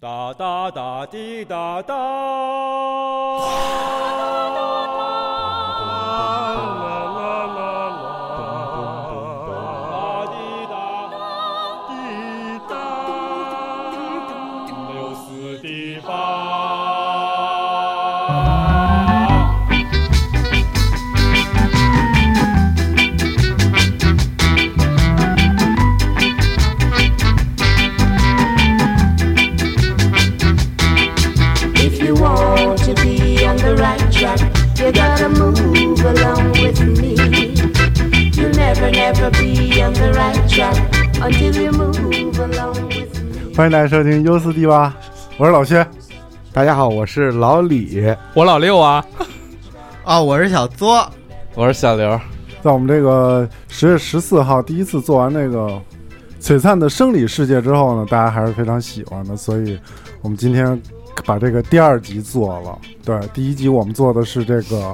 哒哒哒滴哒哒。 You gotta move along with me. You never be on the right track until you move along with me. 欢迎大家收听优思地吧，我是老薛。 大家好，我是老李， 我老六啊。 我是小作， 我是小刘。 在我们这个10月14号第一次做完那个璀璨的生理世界之后呢，大家还是非常喜欢的，所以我们今天把这个第二集做了。对，第一集我们做的是这个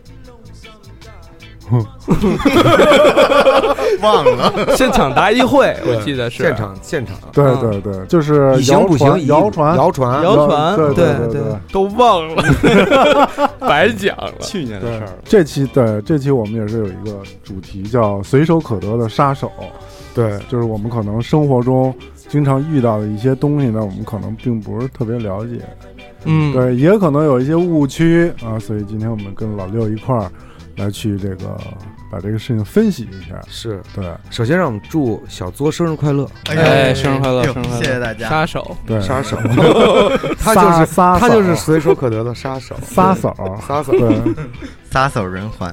忘了现场答疑会，我记得是现场。 对对对，就是以行不行， 谣传， 对对对， 都忘了，白讲了。 去年的事儿。 这期我们也是有一个主题叫随手可得的杀手。对，就是我们可能生活中经常遇到的一些东西呢，我们可能并不是特别了解。对，也可能有一些误区啊，所以今天我们跟老六一块儿来去这个把这个事情分析一下。 是， 对。 首先让我们祝小作生日快乐！ 哎，生日快乐，生日快乐！ 谢谢大家。 杀手， 对， 杀手，他就是随手可得的杀手， 撒手，对， 撒手人寰。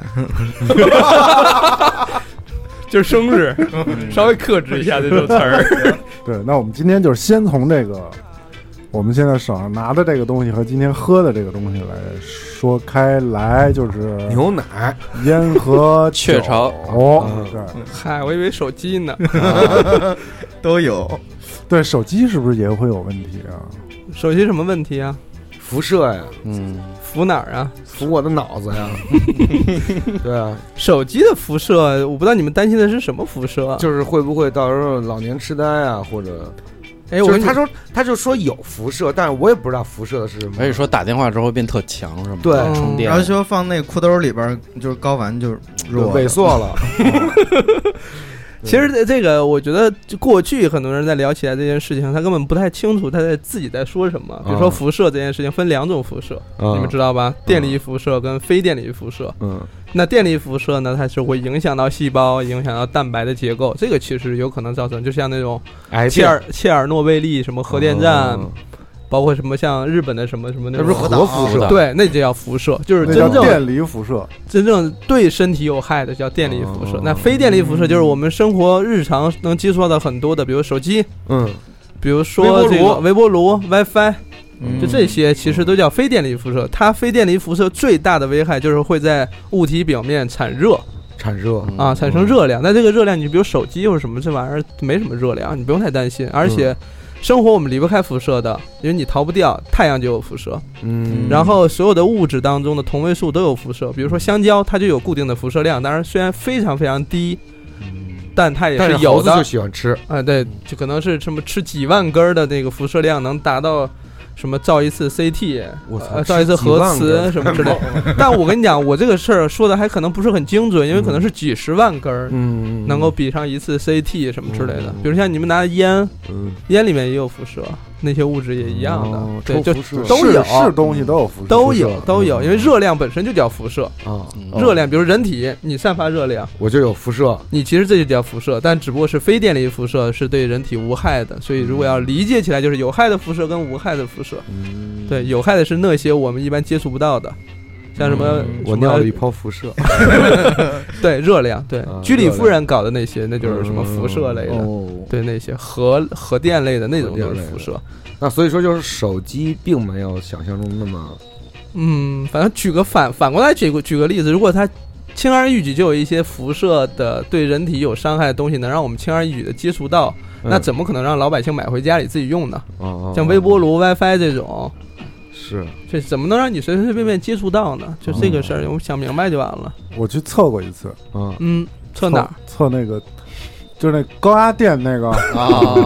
就是生日，稍微克制一下这种词儿。 对，那我们今天就是先从这个我们现在手上拿的这个东西和今天喝的这个东西来说开来，就是牛奶、 烟和雀巢。 对， 嗨，我以为手机呢。 都有。 对，手机是不是也会有问题啊？ 手机什么问题啊？ 辐射呀， 辐哪儿啊？ 辐我的脑子呀。对啊， 手机的辐射，我不知道你们担心的是什么辐射， 就是会不会到时候老年痴呆啊，或者， 就是他就说有辐射，但是我也不知道辐射的是什么。 而且说打电话之后变特强什么的， 对， 充电。 然后说放那个裤兜里边，就是睾丸就萎缩了。 其实这个我觉得过去很多人在聊起来这件事情，他根本不太清楚他自己在说什么。比如说辐射这件事情分两种辐射，你们知道吧？电离辐射跟非电离辐射。那电离辐射呢，它是会影响到细胞，影响到蛋白的结构，这个其实有可能造成，就像那种切尔诺贝利什么核电站。包括什么像日本的什么什么那不是核辐射， 对，那就叫辐射，就是真正电离辐射， 真正对身体有害的叫电离辐射。那非电离辐射就是我们生活日常能接触到很多的，比如手机，比如说这个微波炉、WiFi，就这些其实都叫非电离辐射。它非电离辐射最大的危害就是会在物体表面产热啊，产生热量。那这个热量，你比如手机或者什么这玩意儿没什么热量，你不用太担心，而且。生活我们离不开辐射的，因为你逃不掉，太阳就有辐射。然后所有的物质当中的同位素都有辐射，比如说香蕉，它就有固定的辐射量，当然虽然非常非常低，但它也是有的。 但是猴子就喜欢吃对，就可能是什么吃几万根的那个辐射量，能达到什么照一次 CT， 照一次核磁什么之类的。但我跟你讲，我这个事儿说的还可能不是很精准，因为可能是几十万根，能够比上一次 CT 什么之类的。比如像你们拿的烟，烟里面也有辐射，那些物质也一样的，对，就都有， 是东西都有辐射， 都有，因为热量本身就叫辐射热量，比如人体你散发热量， 我就有辐射， 你其实这就叫辐射，但只不过是非电离辐射，是对人体无害的。所以如果要理解起来，就是有害的辐射跟无害的辐射。对，有害的是那些我们一般接触不到的，像什么我尿了一泡辐射， 对，热量，对，居里夫人搞的那些，那就是什么辐射类的，对，那些核电类的那种就是辐射。 那所以说，就是手机并没有想象中那么， 反正反过来举个例子，如果它轻而易举就有一些辐射的对人体有伤害的东西能让我们轻而易举的接触到，那怎么可能让老百姓买回家里自己用呢？像微波炉、WiFi 这种，这怎么能让你随随便便接触到呢？就这个事儿，我想明白就完了。 我去测过一次， 测哪儿？ 测那个，就是那高压电那个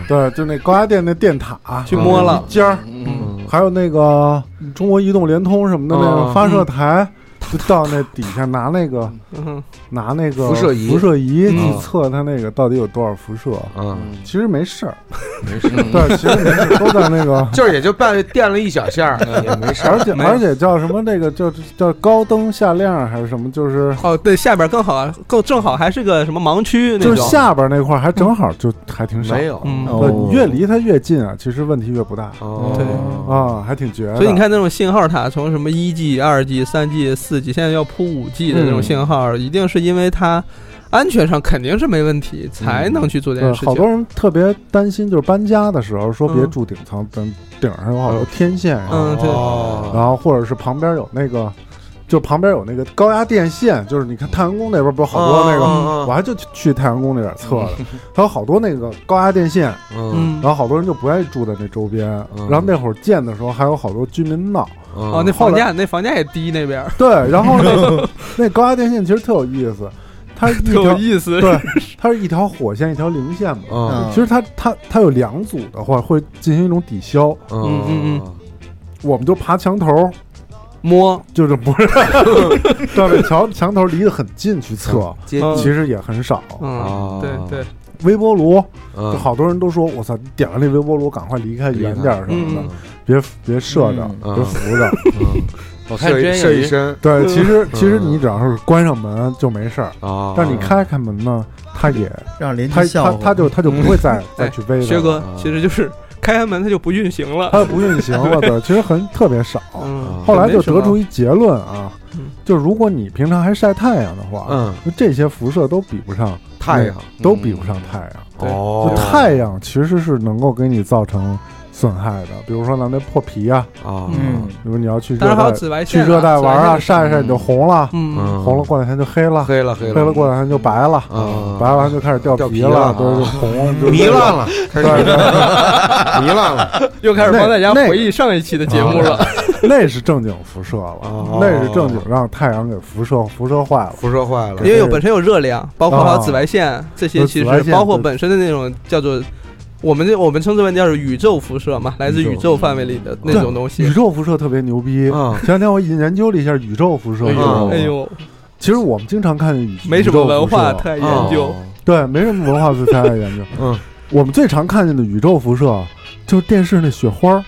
对，就那高压电那电塔去摸了尖儿，还有那个中国移动、联通什么的那个发射台。就到那底下拿那个辐射仪去测它那个到底有多少辐射。其实没事儿， 没事。 对，其实没事，都在那个， 就是也就电了一小下也没事。 而且叫什么那个叫高灯下亮还是什么？就是对，下边正好还是个什么盲区那种， 就是下边那块还正好就还挺少。 没有， 你越离它越近啊，其实问题越不大。 对啊，还挺绝的。 所以你看那种信号塔，从什么1G、2G、3G、4G，现在要铺5G 的那种信号，一定是因为它安全上肯定是没问题，才能去做这件事情。 好多人特别担心，就是搬家的时候说别住顶层，等顶上有好多天线， 对， 然后或者是旁边有那个。就旁边有那个高压电线，就是你看太阳宫那边不是好多那个，我还就去太阳宫那边测了，它有好多那个高压电线，然后好多人就不愿意住在那周边，然后那会儿建的时候还有好多居民闹， 那房价也低那边， 对，然后那高压电线其实特有意思，它特有意思， 对，它是一条火线一条零线嘛，其实它有2组的话会进行一种抵消，我们就爬墙头。 摸就是不是到这墙头离得很近去测，其实也很少。 对， 微波炉，就好多人都说我操，你点了那微波炉，赶快离开远点什么的，别射着，别扶着。 我看射一身。 对，其实你只要是关上门就没事儿，但你开门呢，它也让邻居笑话， 它就不会再去背。 薛哥，其实就是。开开门它就不运行了， 它不运行了的，其实特别少。后来就得出一结论啊，就如果你平常还晒太阳的话，就这些辐射都比不上太阳， 都比不上太阳。 对， 就太阳其实是能够给你造成损害的，比如说咱那破皮啊，比如你要去热带玩啊，晒晒你就红了，红了过两天就黑了过两天就白了，白完就开始掉皮了，都是红， 糜烂了，糜烂了， 又开始帮大家回忆上一期的节目了。 那是正经辐射了，那是正经让太阳给辐射坏了， 因为本身有热量，包括还有紫外线，这些其实包括本身的那种叫做。我们称之为叫宇宙辐射嘛，来自宇宙范围里的那种东西。 宇宙辐射特别牛逼。前两天我研究了一下宇宙辐射。 哎呦， 其实我们经常看没什么文化太研究， 对，没什么文化太研究。我们最常看见的宇宙辐射就是电视那雪花。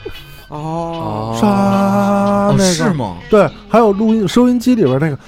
沙那个是吗？ 对，还有收音机里边那个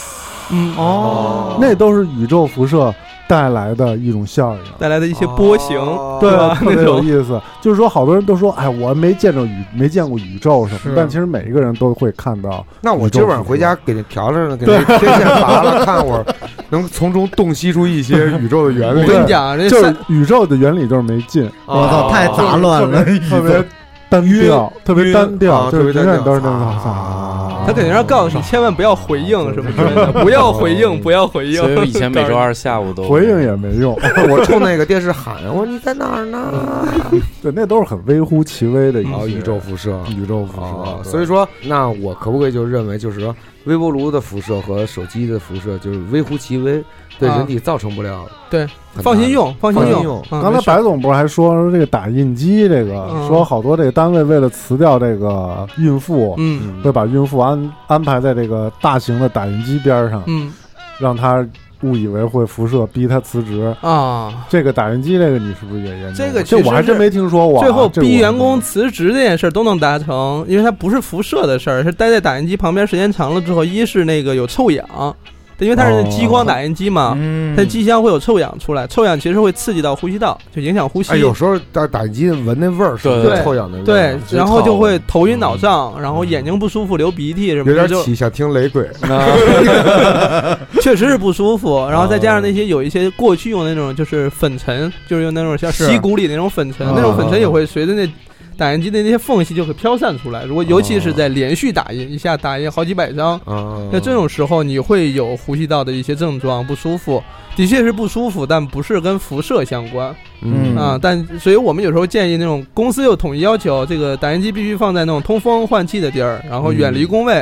那都是宇宙辐射。带来的一种效应， 带来的一些波形， 对吧？特别有意思。就是说，好多人都说，哎，我没见过宇宙什么，但其实每一个人都会看到。 那我今晚上回家给那调着呢，给那天线拔了，看会儿能从中洞悉出一些宇宙的原理。 我跟你讲， 就是宇宙的原理就是没劲。 我操，太杂乱了， 特别单调，特别单调，就是永远都是那种。 他肯定要告诉你，千万不要回应什么之类的，不要回应，不要回应。 所以我以前每周2下午都回应也没用， 我冲那个电视喊，我说你在哪儿呢？ 对，那都是很微乎其微的宇宙辐射， 所以说，那我可不可以就认为，就是说，微波炉的辐射和手机的辐射就是微乎其微，对人体造成不了。 对，放心用。 刚才白总不是还说这个打印机，这个说好多这个单位为了辞掉这个孕妇，会把孕妇安排在这个大型的打印机边上，让他误以为会辐射，逼他辞职啊。这个打印机这个你是不是也研究？这我还真没听说过。 最后逼员工辞职这件事都能达成，因为它不是辐射的事儿，是待在打印机旁边时间长了之后，一是那个有臭氧。因为它是激光打印机嘛，它机箱会有臭氧出来，臭氧其实会刺激到呼吸道，就影响呼吸。 有时候打印机闻那味儿，是臭氧的味儿。 对，然后就会头晕脑胀，然后眼睛不舒服，流鼻涕什么的， 有点想听雷鬼。 确实是不舒服，然后再加上那些有一些过去用的那种就是粉尘，就是用那种像溪谷里那种粉尘，那种粉尘也会随着那打印机的那些缝隙就会飘散出来。如果尤其是在连续打印，一下打印好几百张，那这种时候你会有呼吸道的一些症状，不舒服，的确是不舒服，但不是跟辐射相关。但所以我们有时候建议那种公司有统一要求，这个打印机必须放在那种通风换气的地儿，然后远离工位，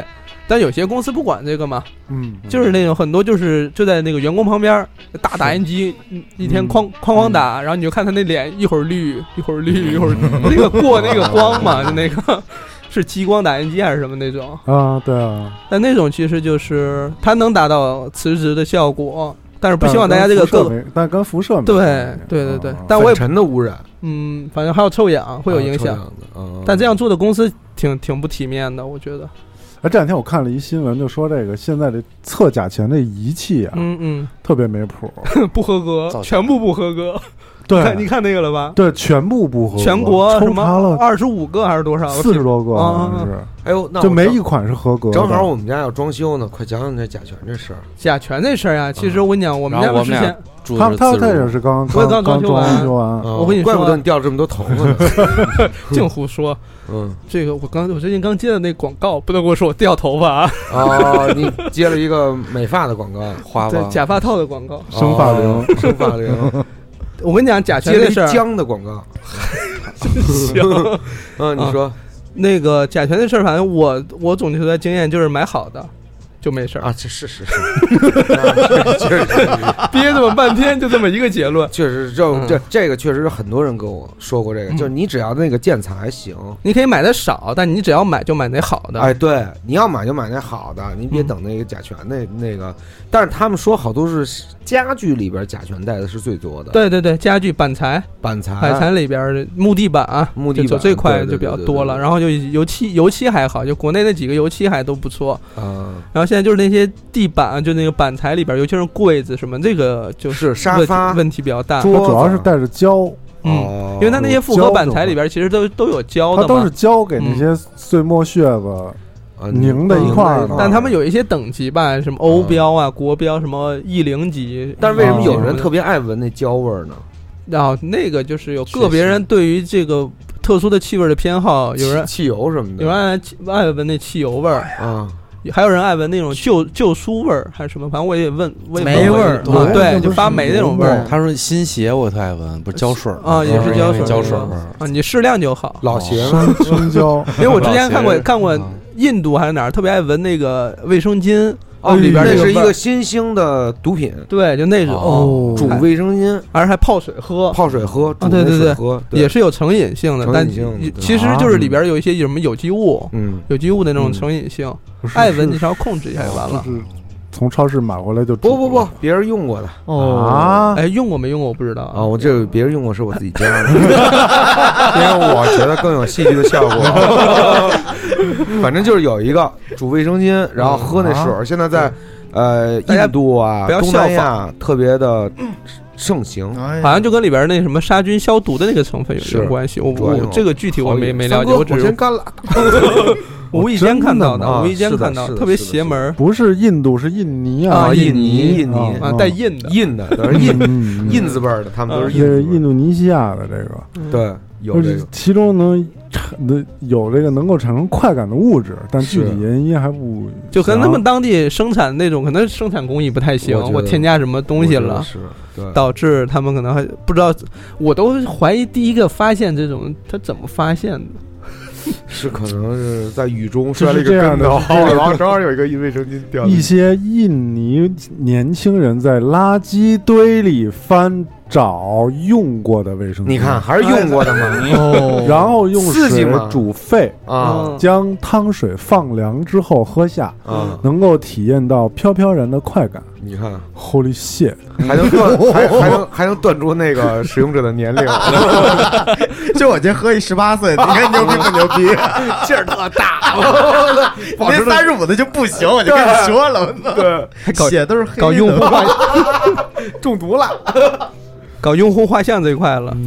但有些公司不管这个嘛，就是那种很多就在那个员工旁边大打印机，一天哐打，然后你就看他那脸一会儿绿一会儿绿一会儿那个过那个光嘛，就那个是激光打印机还是什么那种啊？对啊， 但那种其实就是它能达到磁值的效果。但是不希望大家这个但跟辐射对，但我也尘的污染， 反正还有臭氧会有影响但这样做的公司挺不体面的，我觉得。 这两天我看了一新闻，就说这个现在这测甲醛的仪器啊，特别没谱， 不合格，全部不合格。 对， 你看那个了吧？ 对，全部不合格， 全国抽查了 25个还是多少 ？40多个，好像是。 哎呦，那就没一款是合格的。 正好我们家要装修呢，快讲讲这甲醛这事儿。 甲醛这事儿呀，其实我跟你讲，我们家之前他也是刚装修完。 我跟你说， 怪不得你掉这么多头发呢， 净胡说。这个我最近刚接的那广告，不能跟我说我掉头发啊！ 哦，你接了一个美发的广告，花对假发套的广告， 生发灵。 我跟你讲，甲醛这事儿， 姜的广告。 行， 你说那个甲醛的事儿，反正我总结出来经验就是买好的。就没事啊，这是， 确实憋这么半天，就这么一个结论。 确实，这个确实是很多人跟我说过这个，就是你只要那个建材行， 你可以买的少，但你只要买就买那好的。 哎，对，你要买就买那好的，你别等那个甲醛那个。但是他们说好多是家具里边甲醛带的是最多的。 对，家具板材里边木地板走这块就比较多了。然后就油漆还好，就国内那几个油漆还都不错。然后现在就是那些地板，就那个板材里边，尤其是柜子什么，这个就是沙发问题比较大。 它主要是带着胶， 因为它那些复合板材里边其实都有胶的嘛， 它都是胶给那些碎末屑子凝在一块儿。 但他们有一些等级吧，什么欧标啊、国标，什么E0级。 但是为什么有人特别爱闻那胶味呢？ 然后那个就是有个别人对于这个特殊的气味的偏好，有人汽油什么的， 有人爱闻那汽油味儿啊。还有人爱闻那种旧书味儿还是什么，反正我也问霉味儿， 对，就发霉那种味儿。 他说新鞋我特爱闻，不是胶水啊，也是胶水味儿啊，你适量就好。 老鞋生胶， 因为我之前看过印度还是哪儿，特别爱闻那个卫生巾。里边那是一个新兴的毒品， 对，就那种煮卫生巾， 而还泡水喝， 对， 也是有成瘾性的，但其实就是里边有一些什么有机物，有机物的那种成瘾性，爱闻你只要控制一下就完了。 从超市买回来就不，别人用过的用过没用过我不知道啊，我这别人用过是我自己家的，因为我觉得更有戏剧的效果。反正就是有一个煮卫生巾，然后喝那水，现在在印度啊、东南亚特别的盛行， 好像就跟里边那什么杀菌消毒的那个成分有点关系。我这个具体我没了解，我只是干了。 无意间看到的，特别邪门。 不是印度，是印尼啊，印尼啊，带印的，都是印字辈儿的，他们都是印度尼西亚的这个， 对，有这个， 其中有这个能够产生快感的物质，但具体原因还不就跟他们当地生产那种，可能生产工艺不太行，我添加什么东西了，导致他们可能还不知道。我都怀疑第一个发现这种他怎么发现的。 是可能是在雨中摔了一个跟头，然后正好有一个卫生巾掉。 一些印尼年轻人在垃圾堆里翻找用过的卫生巾， 你看还是用过的吗？ 然后用水煮沸将汤水放凉之后喝下，能够体验到飘飘然的快感。 你看 ，Holy shit， 还能断出那个使用者的年龄。 就我今喝一18岁，你看牛逼不牛逼？ 劲儿特大， 那35的就不行，我就跟你说了，对，血都是黑的， 搞用户画中毒了， 搞用户画像这一块了。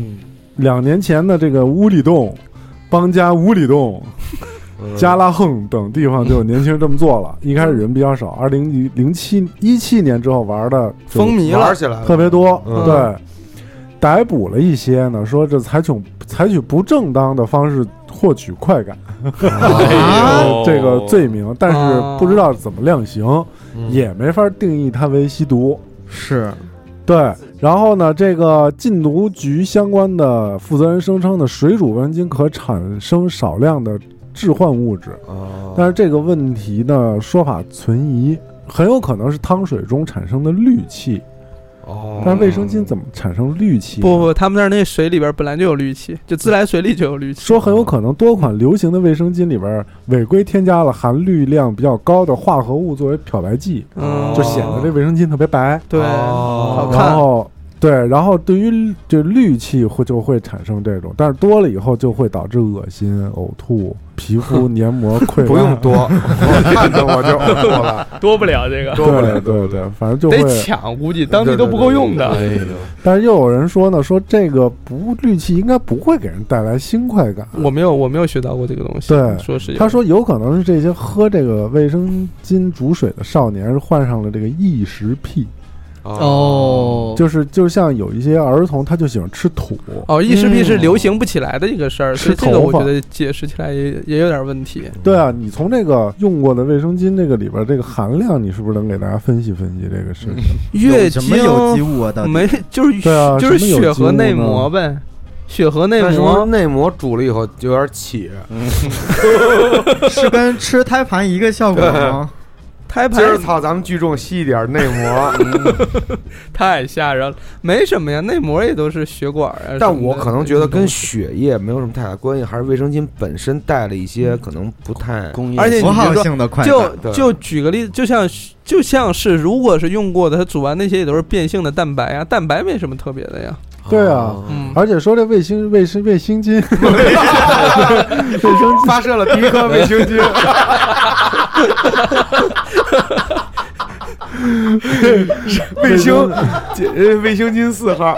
2年前的这个乌里洞、邦加乌里洞、加拉横等地方就有年轻人这么做了。一开始人比较少，2017年之后玩的风靡了， 玩起来了， 特别多。对，逮捕了一些呢，说这采取不正当的方式获取快感，这个罪名，但是不知道怎么量刑，也没法定义它为吸毒。 是。 对，然后呢，这个禁毒局相关的负责人声称呢，水煮卫生巾可产生少量的致幻物质。但是这个问题呢，说法存疑，很有可能是汤水中产生的氯气。但是卫生巾怎么产生氯气？ 不，他们那儿那水里边本来就有氯气，就自来水里就有氯气。 说很有可能多款流行的卫生巾里边违规添加了含氯量比较高的化合物作为漂白剂，就显得这卫生巾特别白。 对，好看。 然后对于这氯气就会产生这种，但是多了以后就会导致恶心、呕吐、皮肤黏膜溃烂。 不用多，我看着我就呕吐了， 多不了这个。 对，反正就会得抢，估计当地都不够用的。 但是又有人说呢，说这个氯气应该不会给人带来新快感。 我没有学到过这个东西。 对， 说是他说有可能是这些喝这个卫生巾煮水的少年患上了这个异食癖。就像有一些儿童，他就喜欢吃土。 异食癖是流行不起来的一个事儿，所以这个我觉得解释起来也有点问题。 对啊，你从这个用过的卫生巾这个里边这个含量，你是不是能给大家分析分析这个事情？ 月经什么有机物啊？ 没，就是血和内膜呗。血和内膜， 内膜煮了以后就有点起， 是跟吃胎盘一个效果吗？ 胎盘， 今儿操，咱们聚众吸一点内膜， 太吓人了。没什么呀，内膜也都是血管啊。 但我可能觉得跟血液没有什么太大关系，还是卫生巾本身带了一些可能不太工业，而且符号性的快感。就举个例子，就像是如果是用过的，它煮完那些也都是变性的蛋白啊，蛋白没什么特别的呀。 对啊，而且说这卫生巾，卫生巾发射了第一颗卫生巾，卫生巾4号。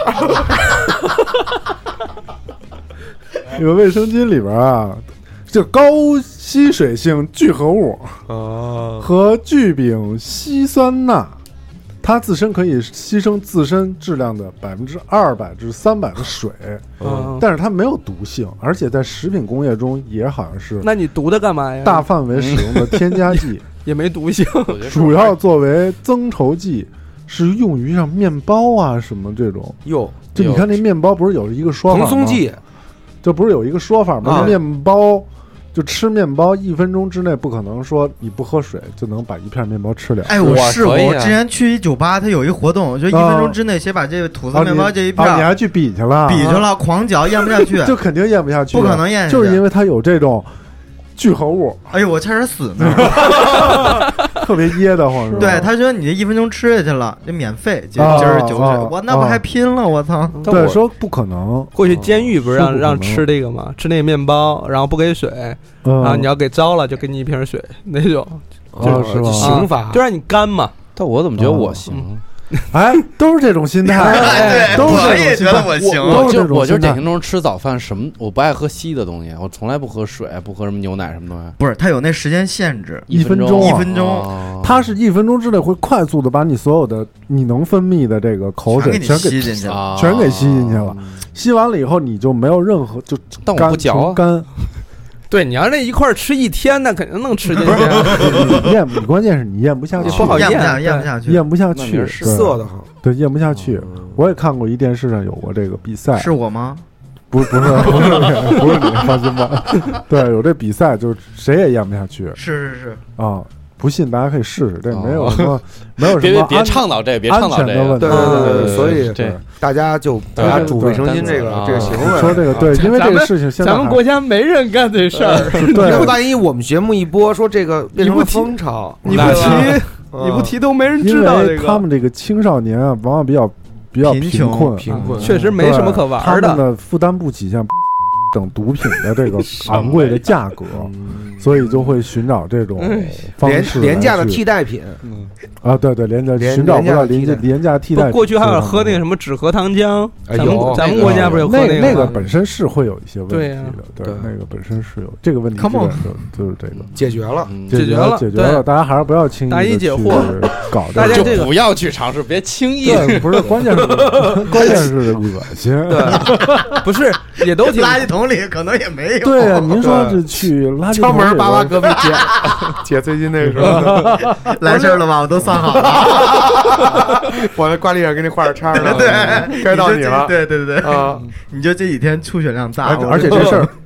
这个卫生巾里边啊，就高吸水性聚合物和聚丙烯酸钠。它自身可以牺牲自身质量的200%至300%的水，但是它没有毒性，而且在食品工业中也好像是。 那你毒它干嘛呀？ 大范围使用的添加剂也没毒性， 主要作为增稠剂，是用于像面包啊什么这种。就你看那面包不是有一个说法吗？ 蓬松剂， 这不是有一个说法吗？面包。就吃面包1分钟之内不可能说你不喝水就能把一片面包吃了。 哎，我试过，我之前去一酒吧，它有一活动，就1分钟之内先把这个吐司面包这一片， 你还去比去了？ 比去了，狂嚼，咽不下去， 就肯定咽不下去， 不可能咽下去， 就是因为它有这种聚合物。 哎呦，我差点死呢， 特别噎得慌。 对，他说你这1分钟吃下去了，这免费，今儿9水，我那不还拼了？我操！ 对，说不可能。 过去监狱不是让吃这个吗？吃那个面包，然后不给水，然后你要给招了就给你一瓶水那种， 就是刑法， 就让你干嘛。 但我怎么觉得我行？ 哎，都是这种心态， 对， 都是我也觉得我行。 我就典型中吃早饭什么，我不爱喝稀的东西，我从来不喝水，不喝什么牛奶什么东西。 不是，它有那时间限制 ，1分钟 ，1分钟， 它是1分钟之内会快速的把你所有的你能分泌的这个口水全给吸进去了， 全给吸进去了。吸完了以后，你就没有任何就但我不嚼干。 对，你要那一块吃1天，那肯定能吃进去。 你关键是你咽不下去， 不好咽不下去， 咽不下去， 涩的很。 对，咽不下去。我也看过一电视上有过这个比赛， 是我吗？ 不是你，放心吧。对，有这比赛，就是谁也咽不下去。 是啊。不信大家可以试试，这没有什么，没有什么别倡导这，别倡导这个， 对，所以大家煮卫生巾这个行为， 说这个对，因为这个事情现在咱们国家没人干这事儿， 对， 万一我们节目一播，说这个变成了风潮， 你不提都没人知道这个。 他们这个青少年啊，往往比较贫困， 确实没什么可玩的， 他们的负担不起像等毒品的这个昂贵的价格，所以就会寻找这种方式廉价的替代品。 对，寻找不到廉价替代品。 过去还有喝那个什么止咳糖浆，咱们国家不是有喝那个本身是会有一些问题的， 对， 那个本身是有这个问题，就是这个解决了， 大家还是不要轻易答疑解惑搞大家这个不要去尝试，别轻易。 对，不是关键是恶心， 对，不是也都挺垃圾桶里可能也没有。 对啊，您说是去垃圾桶敲门扒隔壁姐最近那个时候来事了吧？我都算好了， 我在挂历上给你画着叉呢。 对， 该到你了。 对啊，你就这几天出血量大， 而且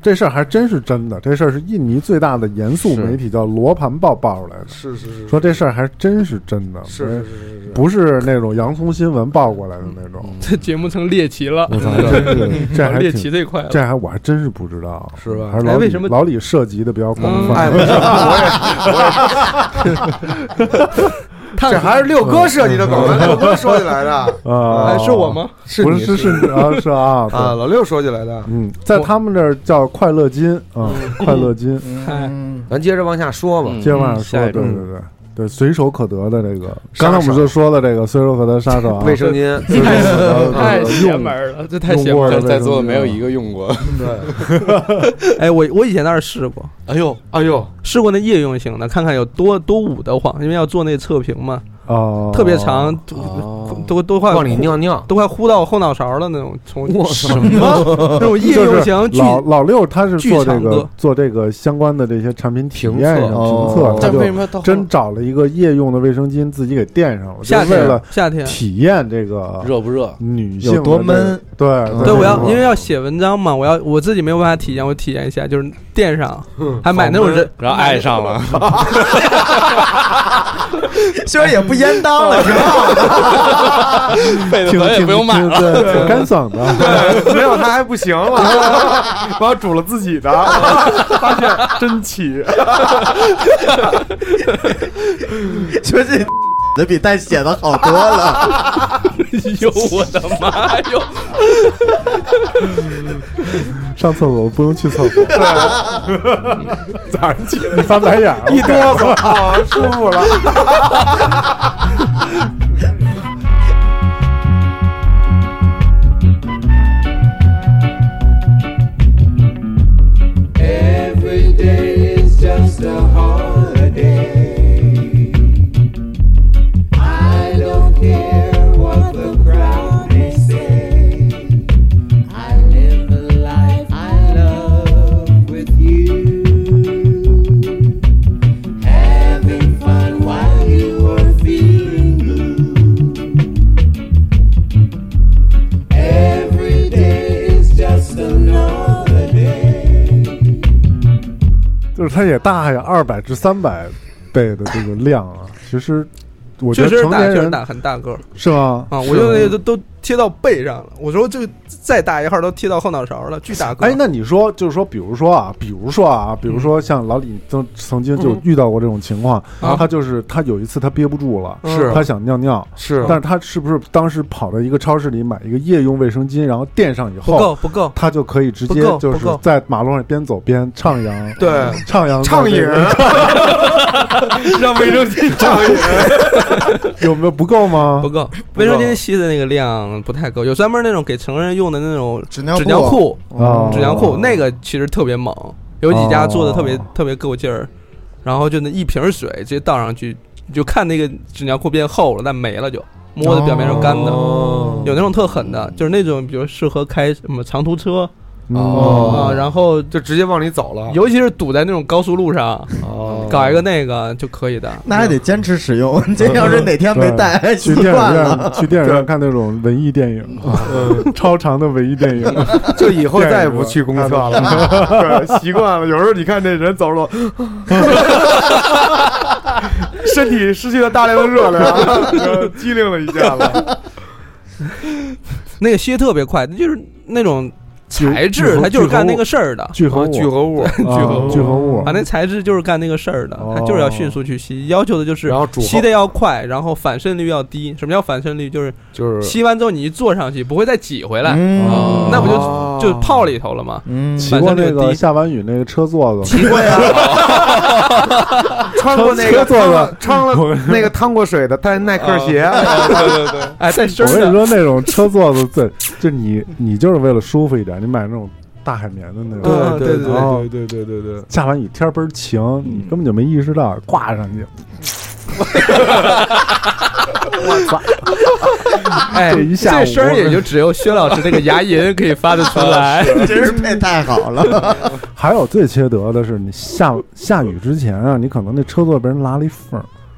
这事儿还真是真的，这事儿是印尼最大的严肃媒体叫罗盘报爆出来的。 是， 说这事儿还真是真的， 是， 不是那种洋葱新闻报过来的那种。 这节目成猎奇了， 我操，真是这还猎奇这块了， 这还我还真是不知道， 是吧？ 还是为什么老李涉及的比较广泛？ 这还是六哥设计的梗，六哥说起来的是我吗？ 不是是啊是啊老六说起来的。 在他们这儿叫快乐金啊，快乐金。 咱接着往下说吧， 接着往下说，对，随手可得的这个，刚才我们就说的这个随手可得杀手啊， 卫生巾， 太邪门了，这太邪门了， 在座的没有一个用过。 对，哎，我以前那儿试过， 哎呦， 试过那夜用型的，看看有多捂得慌，因为要做那测评嘛。特别长，都快往里尿， 都快呼到后脑勺了那种。什么？那种夜用型老六他是做这个相关的这些产品体验评测，他就真找了一个夜用的卫生巾自己给垫上了，就为了夏天体验这个热不热， 女性有多闷。 对， 我要因为要写文章嘛，我自己没有办法体验，我体验一下，就是垫上，还买那种人， 然后爱上了。 虽然也不严当了，挺好的， 也不用买了， 挺干爽的。 对，没有他还不行了，我煮了自己的，发现真奇。 说这的比带写的好多了。 哟，我的妈哟！ 上厕所不用去厕所，早上起你翻白眼一哆嗦，舒服了。 Every day is just a holiday. I don't care what the crowd may say. I live the life I love with you. Having fun while you are feeling blue. Every day is just another day. 就是它也大呀，200至300倍的这个量啊，其实我觉得成年人大很大个是吗？ 啊，我用那个都贴到背上了。我说这个再大一号都贴到后脑勺了，巨大个。 哎，那你说就是说，比如说像老李曾经就遇到过这种情况，他就是他有一次他憋不住了， 是他想尿尿， 是， 但是他是不是当时跑到一个超市里买一个夜用卫生巾，然后垫上以后不够， 他就可以直接就是在马路上边走边徜徉， 对， 畅饮， 让卫生巾畅饮， 有没有不够吗？ 不够，卫生巾吸的那个量不太够，有专门那种给成人用的那种纸尿裤，那个其实特别猛，有几家做的特别够劲儿，然后就那一瓶水直接倒上去，就看那个纸尿裤变厚了，但没了就摸的表面是干的，有那种特狠的，就是那种比如适合开什么长途车。然后就直接往里走了， 尤其是堵在那种高速路上，搞一个那个就可以的。 那还得坚持使用，这要是哪天没带， 去电影院去电影院看那种文艺电影，超长的文艺电影， 就以后再也不去公厕了，对，习惯了。有时候你看这人走路，身体失去了大量的热量，机灵了一下子。 那个吸特别快，就是那种。材质它就是干那个事儿的， 聚合物， 啊，那材质就是干那个事儿的，它就是要迅速去吸，要求的就是吸的要快，然后反渗率要低。什么叫反渗率？就是吸完之后你一坐上去不会再挤回来，那不就泡里头了吗？ 骑过那个下完雨那个车座子， 骑过呀， 穿过那个座子，穿了那个趟过水的带耐克鞋， 对，哎，带身。 我跟你说，那种车座子，就你就是为了舒服一点。你买那种大海绵的那种，对， 下完雨天倍儿晴，你根本就没意识到挂上去。我操！ 哎，这声也就只有薛老师那个牙龈可以发得出来， 真是配太好了。 还有最缺德的是，你下雨之前啊，你可能那车座被人拉了一缝，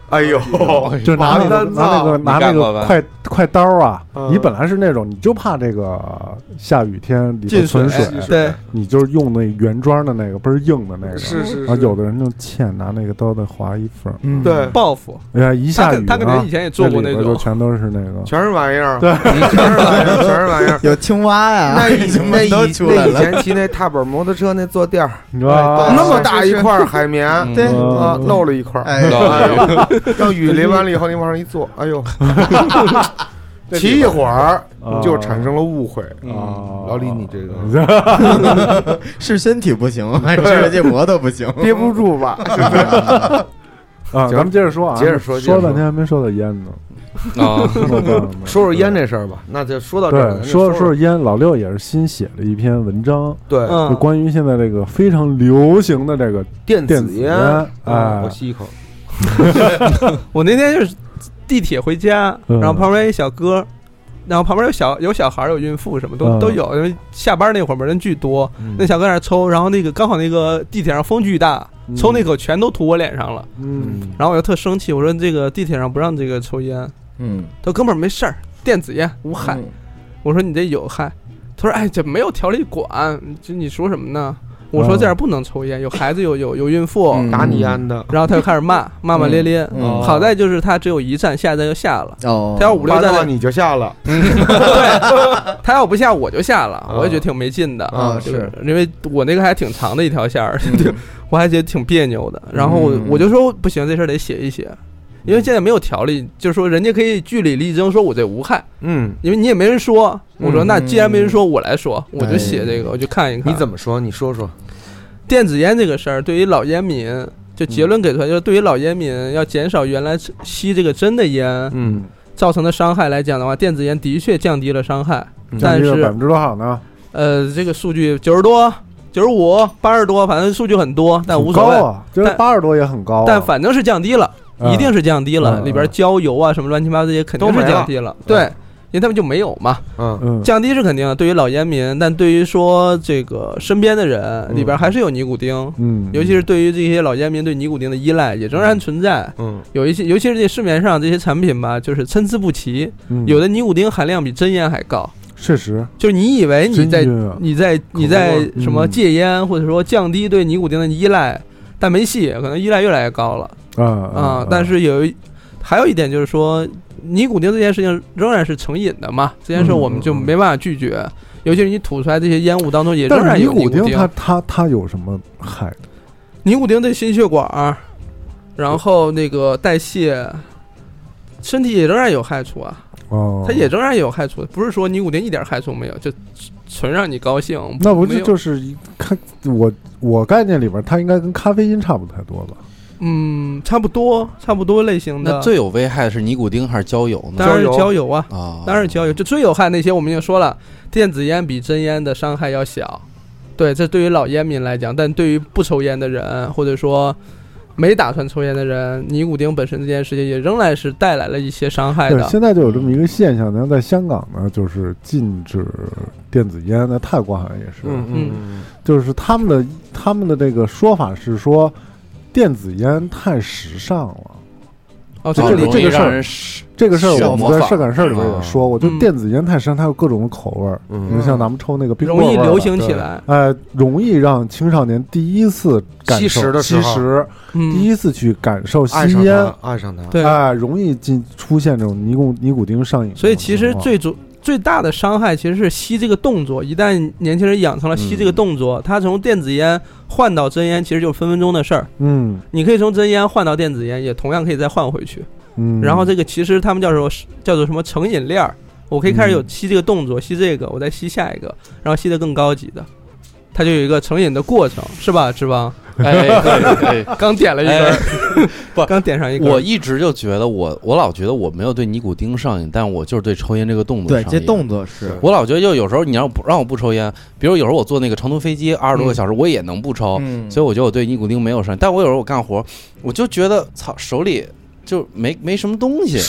哎呦， 就拿那个快刀啊，你本来是那种你就怕这个下雨天里头存水， 对， 你就是用那原装的那个倍儿硬的那个， 是。 啊，有的人就欠拿那个刀再划一缝， 对， 报复。 哎呀，一下雨他可能以前也做过那种， 就全都是那个， 全是玩意儿， 对， 全是玩意儿， 有青蛙呀， 那以前骑那踏板摩托车那坐垫儿， 那么大一块海绵， 对啊，漏了一块，让雨淋完了以后，你往上一坐，哎呦，骑一会儿就产生了误会啊！老李，你这个是身体不行，还是这摩托不行？ 憋不住吧？ 啊，咱们接着说啊，说了半天还没说到烟呢。 啊， 说烟这事儿吧，那就说到这儿。 说烟，老六也是新写了一篇文章， 对， 就关于现在这个非常流行的这个电子烟。 哎， 我吸一口。 我那天就是地铁回家，然后旁边一小哥，然后旁边有小孩，有孕妇，什么都有。因为下班那会儿人巨多，那小哥在那抽，然后那个刚好那个地铁上风巨大，抽那口全都吐我脸上了。然后我就特生气，我说这个地铁上不让这个抽烟。他说哥们儿没事儿，电子烟无害。我说你这有害。他说哎，这没有条例管，这你说什么呢？我说这样不能抽烟，有孩子有孕妇， 打你烟的。 然后他就开始骂咧咧。好在就是他只有一站，下一站就下了。他要5、6站你就下了。 对，他要不下我就下了，我也觉得挺没劲的啊， 是因为我那个还挺长的一条线儿，我还觉得挺别扭的。然后我就说不行，这事儿得写一写。因为现在没有条例，就是说人家可以据理力争，说我这无害。因为你也没人说。我说那既然没人说，我来说，我就写这个，我就看一看。 你怎么说？你说说。 电子烟这个事儿，对于老烟民，就结论给出来，就是对于老烟民要减少原来吸这个真的烟，造成的伤害来讲的话，电子烟的确降低了伤害，但是降低了多少呢？ 这个数据90多。95、80多，反正数据很多，但无所谓。 就是80多也很高， 但反正是降低了，一定是降低了。里边焦油啊什么乱七八糟这些肯定是降低了，对，因为他们就没有嘛。降低是肯定的，对于老烟民，但对于说这个身边的人，里边还是有尼古丁。尤其是对于这些老烟民对尼古丁的依赖也仍然存在。有一些，尤其是这市面上这些产品吧，就是参差不齐，有的尼古丁含量比真烟还高。 确实， 就是你以为你在什么戒烟，或者说降低对尼古丁的依赖，但没戏，可能依赖越来越高了但是还有一点就是说，尼古丁这件事情仍然是成瘾的嘛，这件事我们就没办法拒绝。尤其是你吐出来这些烟雾当中，也仍然有尼古丁。 它有什么害？ 尼古丁对心血管，然后那个代谢，身体也仍然有害处啊。它也仍然有害处，不是说尼古丁一点害处没有，就纯让你高兴。 那不就是我概念里边，它应该跟咖啡因差不太多吧？ 差不多类型的。 那最有危害的是尼古丁还是焦油呢？ 当然是焦油啊，当然是焦油。就最有害那些我们已经说了，电子烟比真烟的伤害要小。对，这对于老烟民来讲，但对于不抽烟的人，或者说没打算抽烟的人，尼古丁本身这件事情也仍然是带来了一些伤害的。 对，现在就有这么一个现象，像在香港呢，就是禁止电子烟，在泰国好像也是，就是他们的这个说法是说，电子烟太时尚了。这个事儿我们在社感事儿里边也说过，就电子烟太时尚，它有各种的口味儿。你像咱们抽那个冰棍， 容易流行起来， 容易让青少年第一次感受吸食，第一次去感受吸烟， 爱上它， 对， 容易出现这种尼古丁上瘾。 所以其实最大的伤害其实是吸这个动作，一旦年轻人养成了吸这个动作，他从电子烟换到真烟其实就是分分钟的事儿。你可以从真烟换到电子烟，也同样可以再换回去。然后这个其实他们叫做什么成瘾链儿，我可以开始有吸这个动作，吸这个，我再吸下一个，然后吸得更高级的，它就有一个成瘾的过程，是吧，志邦？刚点了一根， 不， 刚点上一根。 我一直就觉得我老觉得我没有对尼古丁上瘾，但我就是对抽烟这个动作上瘾。 对，这动作是我老觉得，就有时候你让我不抽烟，比如有时候我坐那个长途飞机20多个小时，我也能不抽，所以我觉得我对尼古丁没有上瘾。但我有时候我干活，我就觉得操，手里就没什么东西， 帅，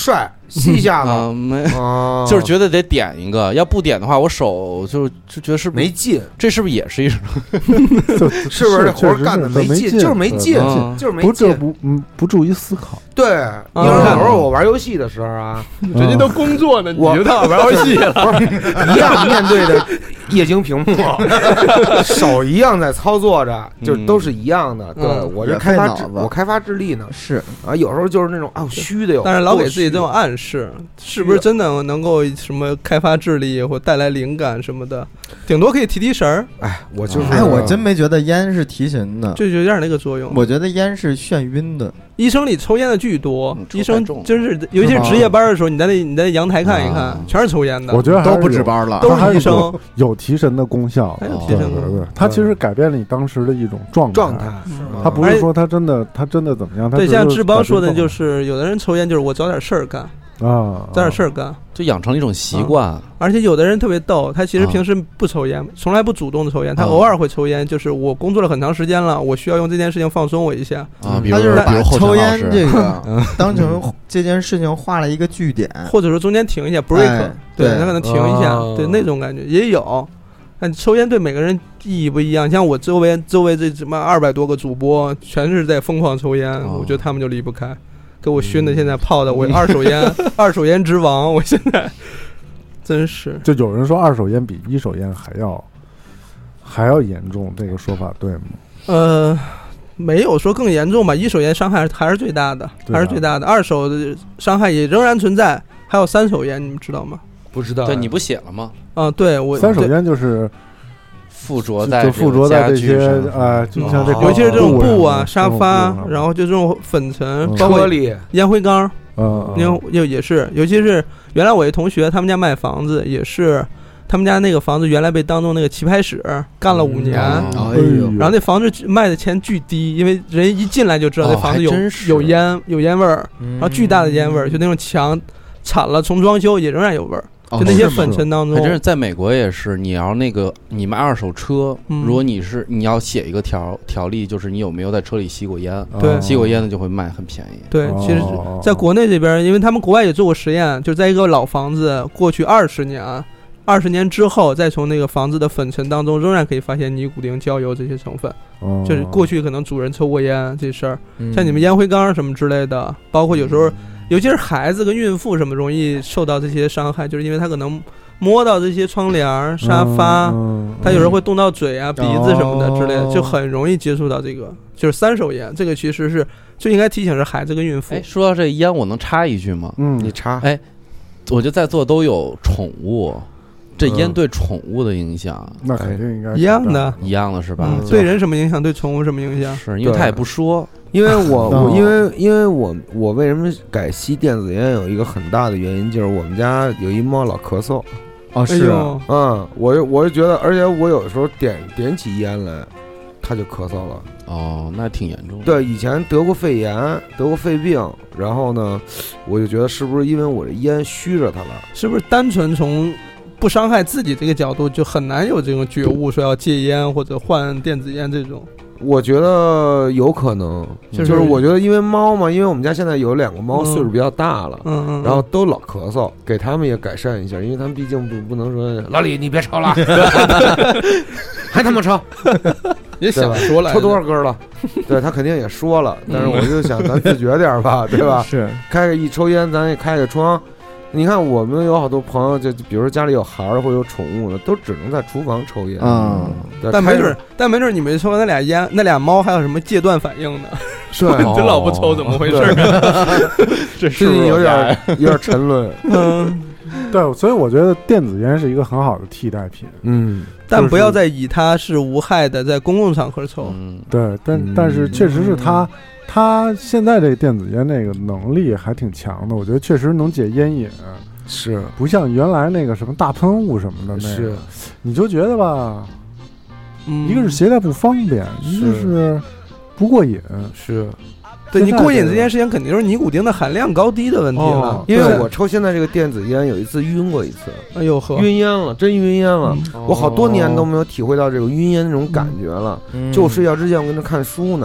吸一下子， 没，就是觉得得点一个，要不点的话，我手就觉得是没劲， 这是不是也是一种？ 是不是这活干的没劲？就是没劲，就是没劲， 不注意思考。 对，因为有时候我玩游戏的时候啊， 人家都工作呢，你就他玩游戏了， 一样面对着液晶屏幕，手一样在操作着，就都是一样的。对我这开发智力呢， 是啊，有时候就是那种虚的有， 但是老给自己这种暗示，是不是真的能够什么开发智力或带来灵感什么的？顶多可以提神儿。 哎，我就是， 我真没觉得烟是提神的， 就有点那个作用。 我觉得烟是眩晕的。 医生里抽烟的巨多，医生真是，尤其是值夜班的时候，你在阳台看一看，全是抽烟的。 我觉得都不值班了， 都是医生， 有提神的功效。 还有提神的， 对，它其实改变了你当时的一种状态。它不是说它真的怎么样。 对，像志邦说的，就是有的人抽烟就是我找点事儿干。找点事儿干， 就养成了一种习惯。 而且有的人特别逗，他其实平时不抽烟，从来不主动的抽烟，他偶尔会抽烟。就是我工作了很长时间了，我需要用这件事情放松我一下。 他就是把抽烟这个当成这件事情画了一个句点， 或者说中间停一下 break，对他可能停一下，对那种感觉也有。但抽烟对每个人意义不一样，像我周围这什么200多个主播，全是在疯狂抽烟，我觉得他们就离不开。给我熏的，现在泡的，我二手烟之王，我现在真是。 就有人说二手烟比一手烟还要严重，这个说法对吗？ 没有说更严重吧，一手烟伤害还是最大的，还是最大的。二手的伤害也仍然存在，还有三手烟，你们知道吗？ 不知道。 对，你不写了吗？ 对，我三手烟就是附着在这些就像这， 尤其是这种布啊、沙发，然后就这种粉尘，包括烟灰缸，也是，尤其是原来我一同学，他们家卖房子也是，他们家那个房子原来被当做那个棋牌室干了5年，然后那房子卖的钱巨低，因为人一进来就知道那房子有烟味儿，然后巨大的烟味儿，就那种墙铲了重装修也仍然有味儿。就那些粉尘当中， 还真是在美国也是。你要你卖二手车，如果你要写一个条例，就是你有没有在车里吸过烟？ 对， 吸过烟的就会卖很便宜。 对，其实在国内这边，因为他们国外也做过实验，就在一个老房子过去20年之后，再从那个房子的粉尘当中，仍然可以发现尼古丁、焦油这些成分。就是过去可能主人抽过烟这事儿，像你们烟灰缸什么之类的，包括有时候。尤其是孩子跟孕妇什么容易受到这些伤害，就是因为他可能摸到这些窗帘、沙发，他有时候会动到嘴啊、鼻子什么的之类的，就很容易接触到这个，就是三手烟。这个其实是最应该提醒是孩子跟孕妇。 说到这烟，我能插一句吗？ 你插。 我觉得在座都有宠物。这烟对宠物的影响， 那肯定应该一样的是吧？ 对人什么影响，对宠物什么影响？ 是因为他也不说。 因为我为什么改吸电子烟有一个很大的原因，就是我们家有一猫老咳嗽。 是啊，我就觉得，而且我有时候点起烟来，它就咳嗽了。 那挺严重的。 对，以前得过肺炎，得过肺病，然后呢，我就觉得是不是因为我这烟虚着它了？ 是不是单纯从不伤害自己这个角度，就很难有这种觉悟，说要戒烟或者换电子烟这种。 我觉得有可能，就是我觉得因为猫嘛，因为我们家现在有2个猫，岁数比较大了，然后都老咳嗽，给他们也改善一下，因为他们毕竟不能说老李你别抽了，还他妈抽， 也想说来抽多少根了？对他肯定也说了，但是我就想咱自觉点吧，对吧？ 是开个一抽烟，咱也开个窗。你看，我们有好多朋友，就比如说家里有孩儿或者有宠物的，都只能在厨房抽烟。 但没准你们抽完那俩猫还有什么戒断反应呢？ 是， 真老不抽，怎么回事？ 这是有点沉沦。 对，所以我觉得电子烟是一个很好的替代品。 但不要再以它是无害的在公共场合抽。 对，但是确实是它现在这电子烟那个能力还挺强的，我觉得确实能解烟瘾， 是不像原来那个什么大喷雾什么的那个，你就觉得吧，一个是携带不方便，一个是不过瘾， 是。 对你过瘾这件事情，肯定是尼古丁的含量高低的问题了。 因为我抽现在这个电子烟，有一次晕过一次， 哎呦呵， 晕烟了，真晕烟了。我好多年都没有体会到这个晕烟那种感觉了。就睡觉之前我跟着看书呢，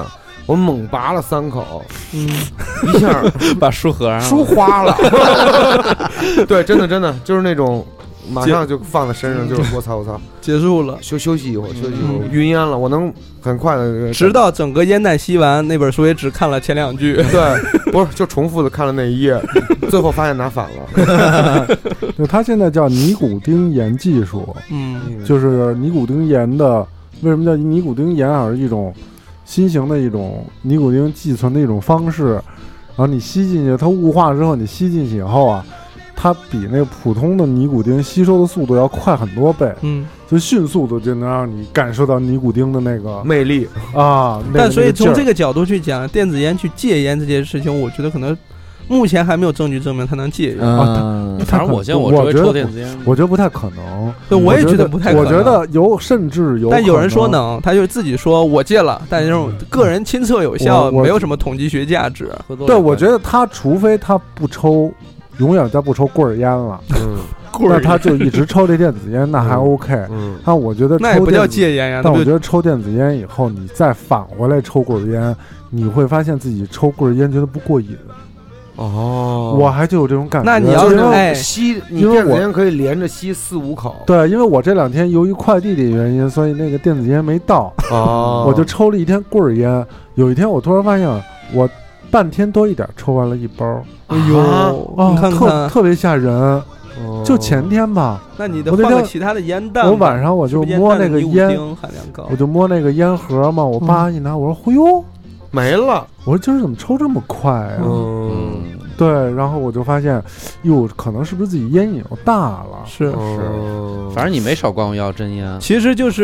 我猛拔了3口，一下把书合上， 书花了。对，真的就是那种。马上就放在身上，就是我操， 结束了， 休息一会儿，晕烟了，我能很快的， 直到整个烟弹吸完，那本书也只看了前2句， 对，不是就重复的看了那一页，最后发现拿反了。 对，它现在叫尼古丁盐技术，就是尼古丁盐的，为什么叫尼古丁盐？而是一种新型的一种尼古丁寄存的一种方式，然后你吸进去，它雾化之后，你吸进去以后啊。它比那个普通的尼古丁吸收的速度要快很多倍，就迅速的就能让你感受到尼古丁的那个魅力啊。 但所以从这个角度去讲，电子烟去戒烟这件事情，我觉得可能目前还没有证据证明它能戒烟。 反正我见我周围抽电子烟， 我觉得不太可能。 对，我也觉得不太可能。 我觉得甚至有， 但有人说能，他就自己说我戒了，但是这种个人亲测有效，没有什么统计学价值。 对，我觉得他除非他不抽。永远再不抽棍儿烟了，那他就一直抽这电子烟，那还 OK。但我觉得那也不叫戒烟呀。 但我觉得抽电子烟以后，你再返回来抽棍儿烟，你会发现自己抽棍儿烟觉得不过瘾。我还就有这种感觉。 那你要是吸，你电子烟可以连着吸4、5口。 对，因为我这2天由于快递的原因，所以那个电子烟没到，我就抽了1天棍儿烟。有一天我突然发现我。半天多一点，抽完了1包。 哎呦，你看看， 特别吓人。就前天吧。 那你得换个其他的烟弹。 我晚上我就摸那个烟，我就摸那个烟盒嘛，我叭一拿，我说：“呼哟， 没了！” 我说：“今儿怎么抽这么快啊？”对，然后我就发现，哟，可能是不是自己烟瘾又大了？ 是， 反正你没少管我要真烟。 其实就是，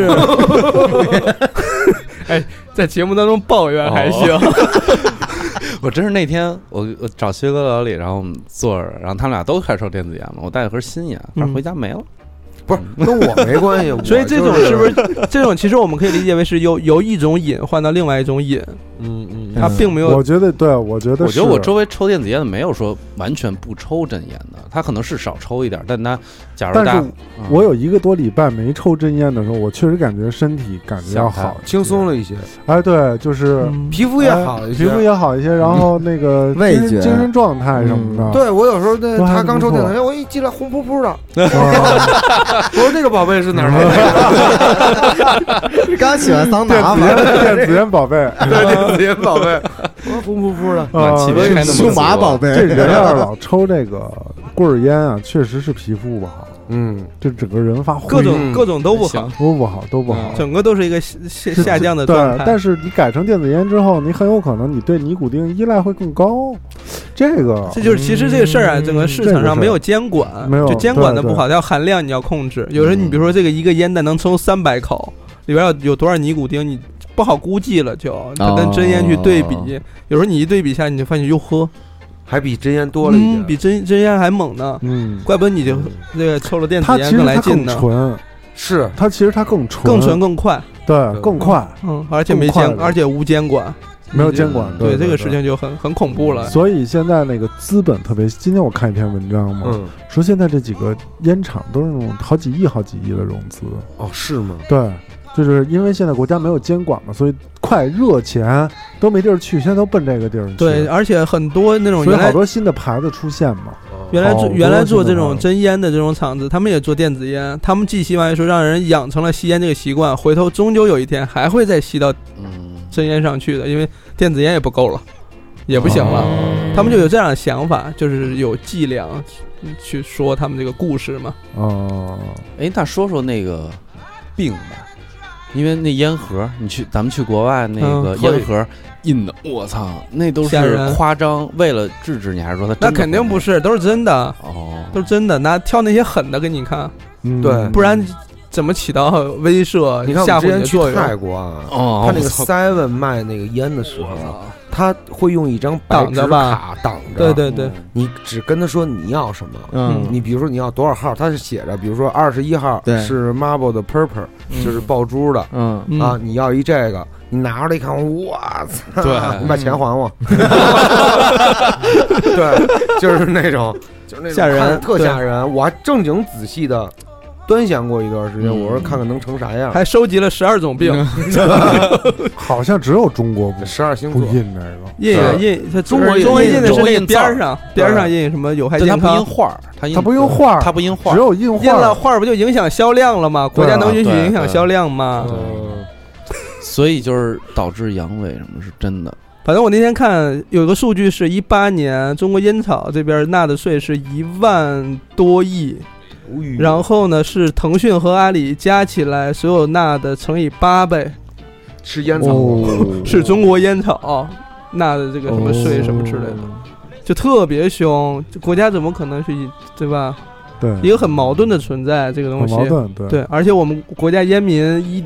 哎，在节目当中抱怨还行。 我真是那天我找薛哥老李，然后我们坐着，然后他们俩都开始抽电子烟嘛，我带了盒新烟，反正回家没了。 不是跟我没关系， 所以这种是不是这种？其实我们可以理解为是由一种瘾换到另外一种瘾。他并没有。 我觉得对，我觉得我周围抽电子烟的没有说完全不抽真烟的，他可能是少抽一点，但他假如但是我有1个多礼拜没抽真烟的时候，我确实感觉身体感觉要好， 轻松了一些。 哎，对，就是皮肤也好一些， 皮肤也好一些，然后那个精神状态什么的。 对我有时候他刚抽电子烟，我一进来红扑扑的。我说这个宝贝是哪儿来的？刚喜欢桑拿嘛？ 电子烟宝贝， 对，电子烟宝贝，红扑扑的， 数码宝贝。 这人要是老抽这个棍儿烟啊，确实是皮肤不好。就整个人发灰，各种都不好， 都不好， 整个都是一个下降的状态。 对，但是你改成电子烟之后，你很有可能你对尼古丁依赖会更高。这就是其实这个事儿啊，整个市场上没有监管，就监管的不好，它要含量你要控制。有时候你比如说这个一个烟弹能抽300口，里边有多少尼古丁，你不好估计了，就它跟真烟去对比，有时候你一对比下，你就发现哟呵。 还比真烟多了一点， 比真烟还猛呢。怪不得你就这个抽了电子烟更来劲呢。 是它其实它更纯， 更纯更快， 对，更快。 而且而且无监管， 没有监管。 对这个事情就很恐怖了。 所以现在那个资本特别，今天我看一篇文章嘛，说现在这几个烟厂都是那种好几亿的融资。 哦，是吗？ 对。就是因为现在国家没有监管嘛，所以快热钱都没地儿去，现在都奔这个地儿去。 对，而且很多那种所以好多新的牌子出现嘛。 原来做这种真烟的这种厂子，他们也做电子烟，他们寄希望说让人养成了吸烟这个习惯，回头终究有一天还会再吸到真烟上去的，因为电子烟也不够了，也不行了。他们就有这样的想法，就是有伎俩去说他们这个故事嘛。 那说那个病吧。因为那烟盒，咱们去国外那个烟盒印的，我操，那都是夸张，为了制止你，还是说它真的？ 那肯定不是，都是真的都是真的。挑那些狠的给你看， 对， 不然怎么起到威慑、吓唬你的作用？ 泰国啊，他那个 Seven 卖那个烟的时候，他会用一张白纸卡挡着， 对， 你只跟他说你要什么，你比如说你要多少号，他是写着，比如说21号是 Marble 的 Purple，就是爆珠的，你要一这个，你拿出来一看，我操， 对， 你把钱还我，对，就是那种吓人， 特吓人，我还正经仔细的端详过一段时间，我说看看能成啥样， 还收集了12种病， 好像只有中国不 12星座不印这个，印它中文印的是那个边上印什么有害健康， 它不印画， 它不印画， 它不印画， 只有印画， 印了画不就影响销量了吗？国家能允许影响销量吗？ 所以就是导致阳痿什么是真的。 反正我那天看有个数据是18年中国烟草这边纳的税是1万多亿，然后呢是腾讯和阿里加起来所有纳的乘以8倍， 是烟草， 是中国烟草纳的这个什么税什么之类的，就特别凶，国家怎么可能去对吧？ 对， 一个很矛盾的存在，这个东西矛盾，对， 而且我们国家烟民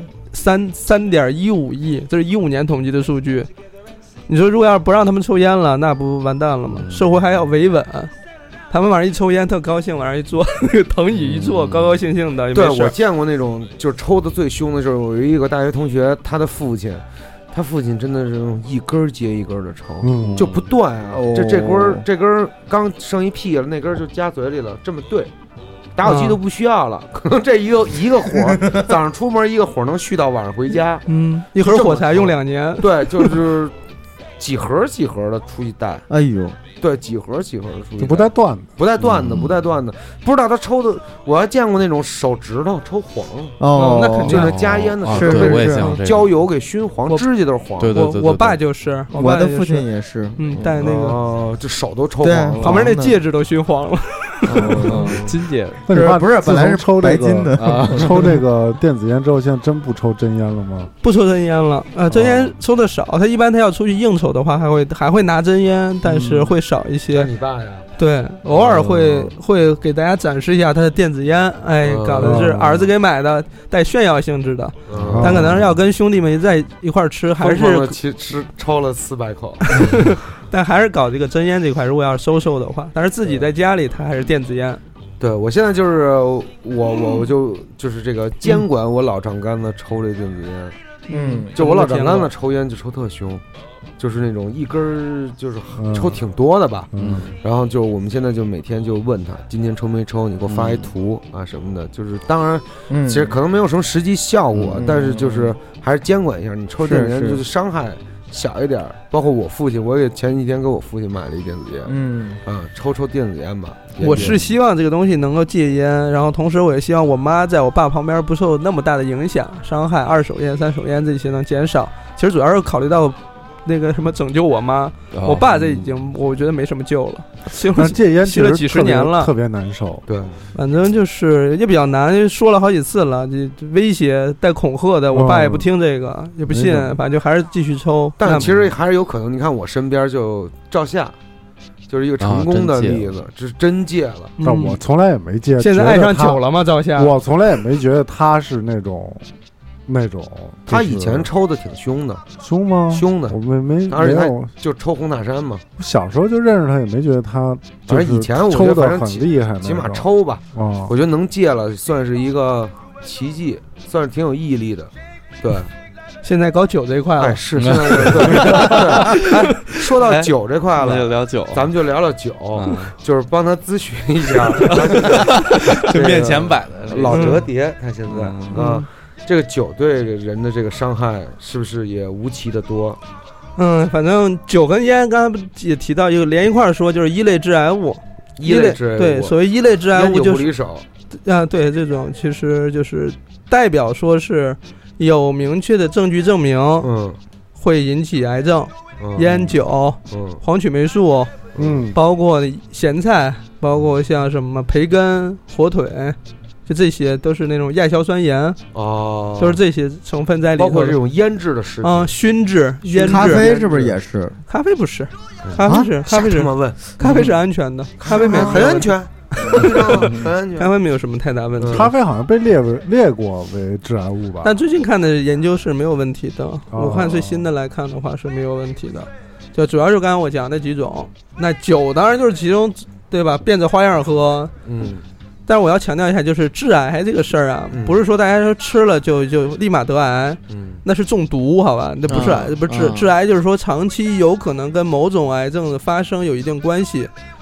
3.15亿，这是15年统计的数据。你说如果要是不让他们抽烟了，那不完蛋了吗？社会还要维稳，他们晚上一抽烟特高兴，晚上一坐那个藤椅一坐，高高兴兴的。 对，我见过那种就是抽的最凶的，就是我有一个大学同学，他父亲真的是一根接一根的抽，就不断啊。这根刚剩一屁了，那根就夹嘴里了，这么对。打火机都不需要了，可能这一个火，早上出门一个火能续到晚上回家。 一盒火柴用2年。 对，就是几盒的出去带。 哎呦， 对，几盒的出去带， 不带断的， 不带断的。不知道他抽的，我还见过那种手指头抽黄哦， 那肯定是加烟的， 是我也想焦油给熏黄，指甲都是黄。 对， 我爸就是， 我的父亲也是， 带那个这手都抽黄了， 旁边那戒指都熏黄了。 金戒指不是本来是抽白金的抽这个电子烟之后，现在真不抽真烟了吗？ 不抽真烟了真烟抽的少，他一般他要出去应酬的话，还会拿真烟，但是会少一些。 你爸呀？ 对，偶尔会给大家展示一下他的电子烟，搞的是儿子给买的，带炫耀性质的，但可能是要跟兄弟们在一块儿吃，还是抽了400口， 但还是搞这个真烟这块，如果要是收的话，但是自己在家里他还是电子烟。 对，我现在就是我就是这个监管我老丈杆子抽这电子烟，就我老丈杆子抽烟就抽特凶。就是那种一根就是抽挺多的吧，然后就我们现在就每天就问他今天抽没抽，你给我发一图啊什么的，就是当然，其实可能没有什么实际效果，但是就是还是监管一下，你抽电子烟就是伤害小一点。包括我父亲，我也前几天给我父亲买了一电子烟，抽电子烟吧。 我是希望这个东西能够戒烟，然后同时我也希望我妈在我爸旁边不受那么大的影响，伤害2手烟、3手烟这些能减少。其实主要是考虑到那个什么拯救我妈，我爸这已经我觉得没什么救了， 戒烟吸了几10年了， 特别难受。 对， 反正就是也比较难，说了好几次了，这威胁带恐吓的，我爸也不听这个，也不信，反正就还是继续抽。 但其实还是有可能，你看我身边就赵夏。就是一个成功的例子，这是真戒了。 但我从来也没戒。 现在爱上酒了吗？赵夏， 我从来也没觉得他是那种， 他以前抽的挺凶的。 凶吗？ 凶的， 我没， 而且他就抽红塔山嘛。 我小时候就认识他，也没觉得他。 反正以前我抽的很厉害， 起码抽吧。我觉得能戒了，算是一个奇迹，算是挺有毅力的。对。 现在搞酒这一块了， 是现在对。说到酒这块了， 就聊酒， 咱们就聊聊酒，就是帮他咨询一下， 就面前摆的老折叠，他现在这个酒对人的这个伤害是不是也无奇的多？ 反正酒跟烟，刚才也提到，就连一块说，就是一类致癌物。对，所谓一类致癌物就是不离手对，这种其实就是代表说是。有明确的证据证明，会引起癌症，烟酒，黄曲霉素，包括咸菜，包括像什么培根、火腿，就这些都是那种亚硝酸盐，都是这些成分在里头。 包括这种腌制的食品， 熏制、腌制。 咖啡是不是也是？ 咖啡不是，咖啡是咖啡是安全的，咖啡很安全。 咖啡没有什么太大问题， 咖啡好像被列过为致癌物吧？ 但最近看的研究是没有问题的，我看最新的来看的话是没有问题的，就主要是刚才我讲那几种，那酒当然就是其中，对吧？变着花样喝，但是我要强调一下，就是致癌这个事儿啊，不是说大家说吃了就立马得癌，那是中毒，好吧？那不是癌，不是致癌，就是说长期有可能跟某种癌症的发生有一定关系。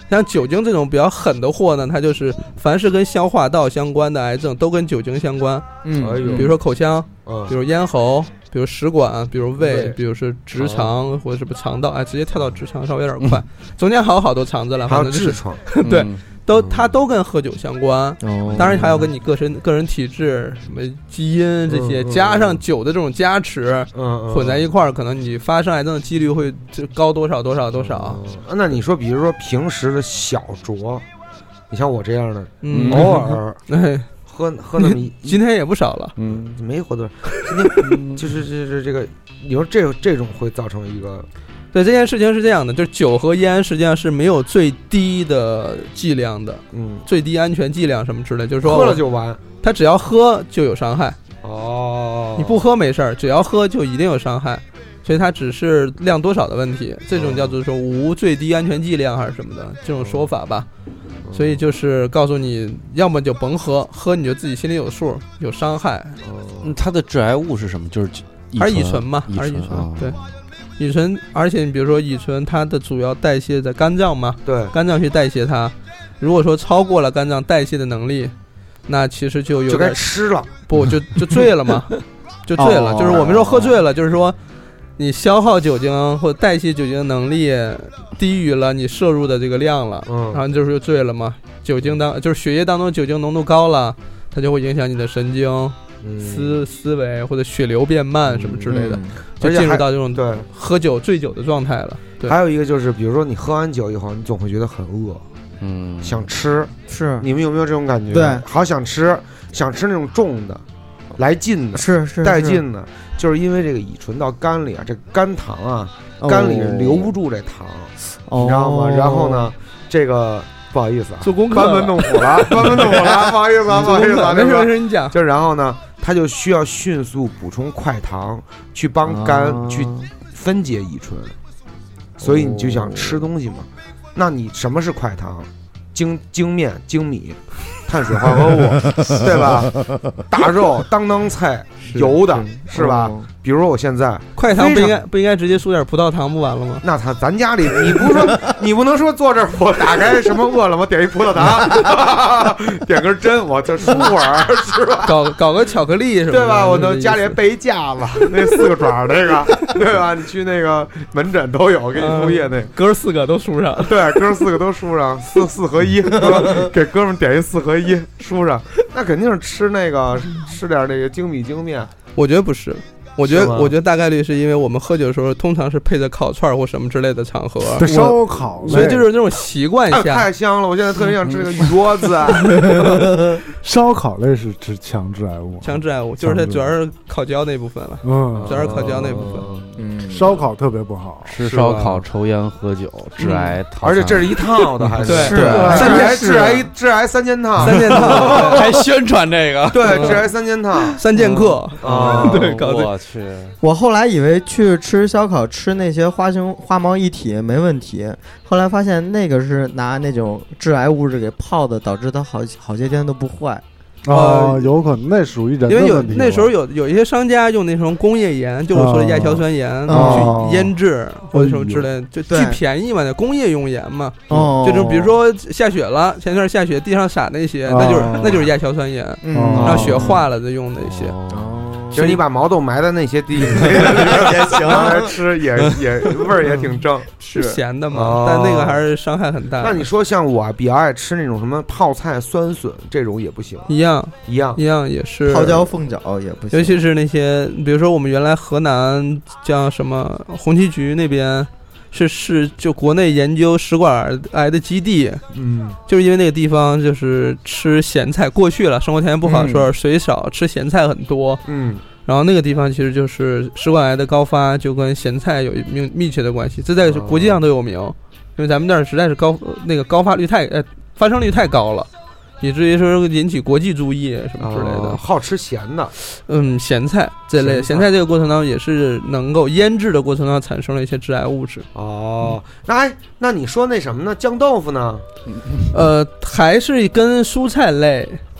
像酒精这种比较狠的货呢，它就是凡是跟消化道相关的癌症都跟酒精相关。比如说口腔，比如咽喉，比如食管，比如胃，比如是直肠或者什么肠道，直接跳到直肠稍微有点快。中间还有好多肠子了， 还有痔疮， 对。它都跟喝酒相关，当然还要跟你个人体质、什么基因这些，加上酒的这种加持，混在一块儿，可能你发生癌症的几率会就高多少。 那你说，比如说平时的小酌，你像我这样的，偶尔喝那么今天也不少了， 没喝多少，今天就是这个，你说这种会造成一个。 对，这件事情是这样的，就是酒和烟实际上是没有最低的剂量的，最低安全剂量什么之类，就是说喝了就完， 他只要喝就有伤害。 你不喝没事儿，只要喝就一定有伤害，所以它只是量多少的问题。这种叫做说无最低安全剂量还是什么的这种说法吧。所以就是告诉你，要么就甭喝，喝你就自己心里有数，有伤害。 它的致癌物是什么？就是还是乙醇嘛，还是乙醇，对。乙醇，而且你比如说乙醇，它的主要代谢在肝脏嘛， 对， 肝脏去代谢它。如果说超过了肝脏代谢的能力，那其实就该吃了， 不就醉了嘛，就醉了。就是我们说喝醉了，就是说你消耗酒精或者代谢酒精的能力低于了你摄入的这个量了，然后就是醉了嘛。酒精就是血液当中酒精浓度高了，它就会影响你的神经。思维或者血流变慢什么之类的，就进入到这种对喝酒醉酒的状态了。对， 还有一个就是，比如说你喝完酒以后，你总会觉得很饿，想吃。 是， 你们有没有这种感觉？ 对， 好想吃那种重的，来劲的， 是带劲的，就是因为这个乙醇到肝里啊，这肝糖啊，肝里留不住这糖，你知道吗？然后呢，这个。不好意思啊， 做功课班门弄斧了，不好意思啊， 没事，你讲。 就然后呢，他就需要迅速补充快糖，去帮肝去分解乙醇，所以你就想吃东西嘛。那你什么是快糖？精面、精米、碳水化合物，对吧？大肉、当菜、油的，是吧？比如说我现在快糖不应该直接输点葡萄糖不完了吗？ 那咱家里你不能说坐这儿我打开什么饿了么点一葡萄糖，点根针我就舒会儿是吧？ 搞个巧克力什么的， 对吧？我都家里备一架子，那4个爪那个，对吧？你去那个门诊都有，给你输液那哥4个都输上， 对，哥4个都输上，4合1，给哥们点一4合1输上，那肯定是吃点那个精米精面。 我觉得不是。我觉得大概率是因为我们喝酒的时候通常是配着烤串或什么之类的场合， 对，烧烤， 所以就是那种习惯下太香了。我现在特别想吃那个鱼桌子。 烧烤类是指强致癌物， 就是它主要是烤焦那部分了，主要是烤焦那部分。 烧烤特别不好， 吃烧烤、抽烟、喝酒致癌， 而且这是一套的，还是致癌3件套， 还宣传这个， 对，致癌3件套 ，3剑客啊， 对，搞的。 我后来以为去吃烧烤吃那些花毛一体没问题，后来发现那个是拿那种致癌物质给泡的，导致它好些天都不坏。 有可能那属于人的问题。 因为那时候有一些商家用那种工业盐，就是说的亚硝酸盐去腌制或者什么之类的，就巨便宜嘛，那工业用盐嘛。就是比如说下雪了，前段下雪地上撒那些，那就是亚硝酸盐，让雪化了再用那些。 其实你把毛豆埋在那些地里也行，来吃也味儿也挺正， 是咸的嘛，但那个还是伤害很大。 那你说像我比较爱吃那种什么泡菜、酸笋这种也不行， 一样也是泡椒凤爪也不行， 尤其是那些比如说我们原来河南叫什么红旗渠那边。是就国内研究食管癌的基地，就是因为那个地方就是吃咸菜过去了，生活条件不好，说水少，吃咸菜很多，然后那个地方其实就是食管癌的高发就跟咸菜有密切的关系，这在国际上都有名，因为咱们那儿实在是高发率发生率太高了。以至于说引起国际注意什么之类的， 好吃咸的， 咸菜这类，咸菜这个过程当中也是能够腌制的过程当中产生了一些致癌物质。 那你说那什么呢？酱豆腐呢？ 还是跟蔬菜类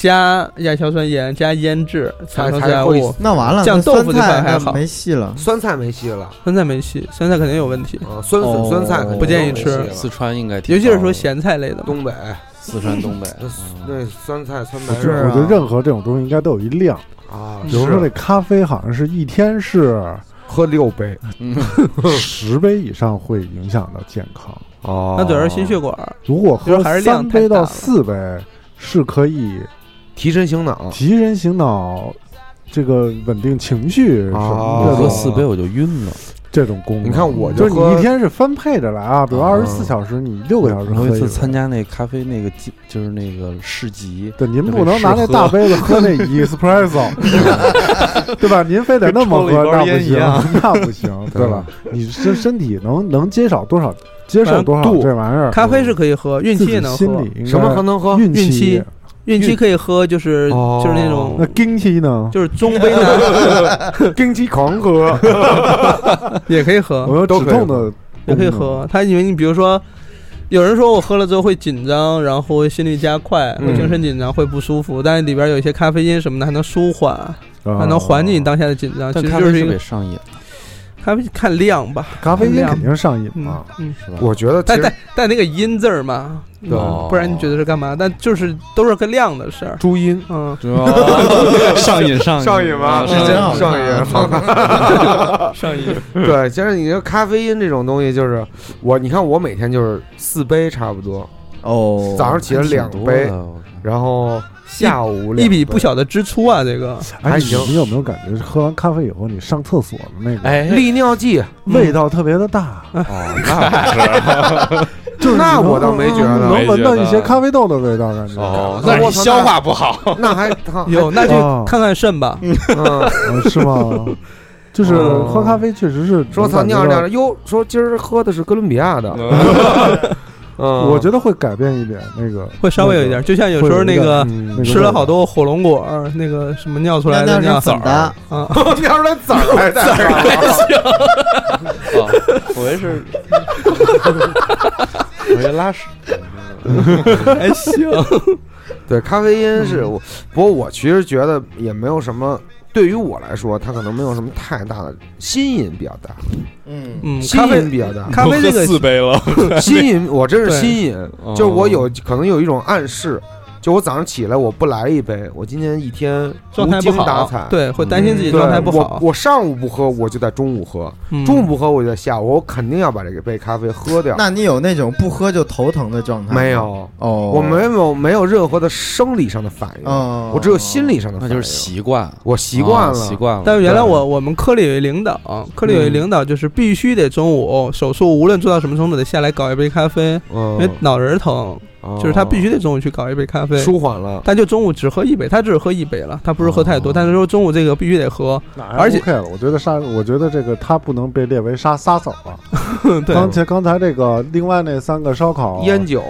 加亚硝酸盐加腌制产生才物， 那完了， 酱豆腐这块还好， 没戏了， 酸菜没戏了， 酸菜没戏，酸菜肯定有问题。 酸笋、酸菜不建议吃。 四川应该， 尤其是说咸菜类的， 东北、 四川、东北， 那酸菜、酸白肉，我觉得任何这种东西应该都有一量啊。 比如说这咖啡，好像是一天是喝6杯 ，10杯以上会影响到健康。 哦， 那主要是心血管。 如果喝3杯到4杯，是可以提神醒脑， 这个稳定情绪什么的。 喝4杯我就晕了。 这种功能， 你看我就是你一天是分配着来啊，比如24小时，你6个小时喝。 我有一次参加那咖啡那个就是那个市集， 对，您不能拿那大杯子喝那espresso， 对吧？您非得那么喝，那不行，那不行，对吧？你身体能接受多少这玩意儿？ 咖啡是可以喝，孕期也能喝， 什么能喝？ 孕期可以喝，就是那种。 那经期呢？ 就是中杯呢， 经期狂喝， 也可以喝。 我有止痛的也可以喝。它因为你比如说，有人说我喝了之后会紧张，然后心率加快，会精神紧张，会不舒服。但是里边有一些咖啡因什么的，还能舒缓，还能缓解你当下的紧张。其实就是一个上瘾。 咖啡看量吧， 咖啡因肯定上瘾嘛， 是吧？ 我觉得带那个音字儿嘛， 对， 不然你觉得是干嘛？但就是都是个量的事儿。 注音， 上瘾吗？ 是真好， 上瘾， 上瘾。 对，其实你这咖啡因这种东西，就是你看我每天就是4杯差不多，早上起来2杯，然后。下午一笔不小的支出啊，这个还行。你有没有感觉喝完咖啡以后，你上厕所的那个利尿剂味道特别的大？ 哦，那不是， 就是那我倒没觉得， 能闻到一些咖啡豆的味道，感觉。 哦，那你消化不好， 那还有，那就看看肾吧。 是吗？就是喝咖啡确实是说操尿哟，说今儿喝的是哥伦比亚的。 我觉得会改变一点，那个会稍微有一点，就像有时候那个吃了好多火龙果，那个什么尿出来的尿籽儿啊， 尿出来籽儿还行。我以为是，我以为拉屎， 还行。 对，咖啡因是我，不过我其实觉得也没有什么。对于我来说，它可能没有什么太大的心瘾比较大，心瘾比较大。 咖啡这个 4杯了， 心瘾我真是心瘾，就是我可能有一种暗示，就我早上起来我不来一杯，我今天一天状态不好，对，会担心自己状态不好。 我上午不喝，我就在中午喝；中午不喝，我就在下午。我肯定要把这个杯咖啡喝掉。 那你有那种不喝就头疼的状态？ 没有我没有任何的生理上的反应，我只有心理上的反应。 那就是习惯， 我习惯了。 但是原来我们科里有一领导，就是必须得中午手术，无论做到什么程度得下来搞一杯咖啡，因为脑仁疼。就是他必须得中午去搞一杯咖啡， 舒缓了。 他就中午只喝1杯，他只喝1杯了，他不是喝太多。但是说中午这个必须得喝，而且 OK 了。我觉得这个他不能被列为杀手了。刚才这个另外那3个烧烤、 烟酒、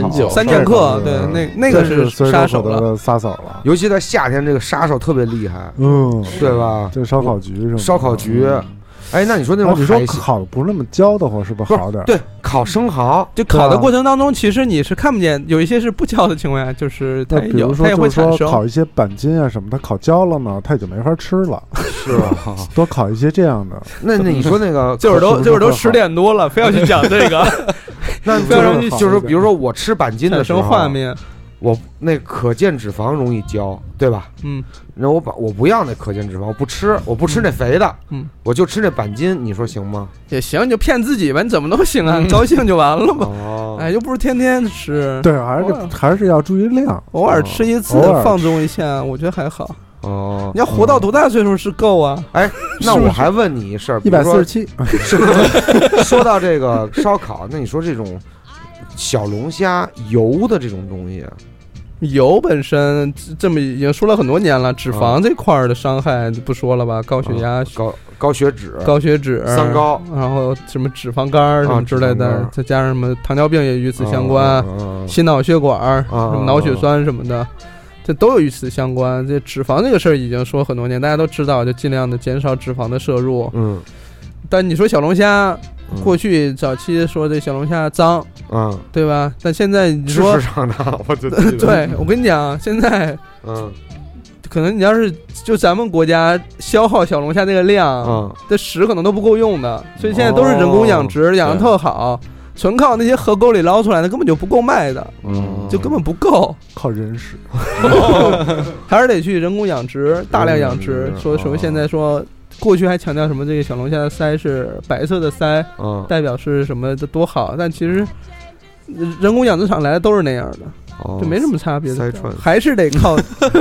3剑客，对，那个是杀手了， 杀手了。 尤其在夏天，这个杀手特别厉害，对吧？ 这烧烤局是吗？ 烧烤局。哎，那你说那种你说烤的不是那么焦的话，是不是好点？ 对，烤生蚝， 就烤的过程当中，其实你是看不见，有一些是不焦的情况下，就是它也会产生。 烤一些板筋啊什么，它烤焦了呢，它也就没法吃了。 是吧？ 多烤一些这样的。 那你说那个， 就是都10点多了，非要去讲这个， 那就是说，比如说我吃板筋的时候， 画面。 我那可见脂肪容易焦，对吧？那我不要那可见脂肪，我不吃那肥的，我就吃那板筋，你说行吗？ 也行，你就骗自己吧，你怎么都行啊，高兴就完了嘛。哎，又不是天天吃。 对，还是要注意量， 偶尔吃一次，放纵一下，我觉得还好。你要活到多大岁数是够啊？ 哎，那我还问你一事儿 ，147。 说到这个烧烤，那你说这种小龙虾油的这种东西。 油本身这么已经说了很多年了，脂肪这块的伤害不说了吧，高血压、 高血脂、三高， 然后什么脂肪肝什么之类的，再加上什么糖尿病也与此相关，心脑血管、什么脑血栓什么的，这都有与此相关。这脂肪这个事儿已经说很多年，大家都知道，就尽量的减少脂肪的摄入。但你说小龙虾，过去早期说这小龙虾脏， 对吧？但现在你说市场大，我就对我跟你讲，现在可能你要是就咱们国家消耗小龙虾那个量，这屎可能都不够用的，所以现在都是人工养殖，养的特好，纯靠那些河沟里捞出来的根本就不够卖的，就根本不够， 靠人屎， 还是得去人工养殖，大量养殖。说什么现在说。过去还强调什么这个小龙虾的鳃是白色的鳃，代表是什么的多好，但其实人工养殖场来的都是那样的，就没什么差别的，还是得靠，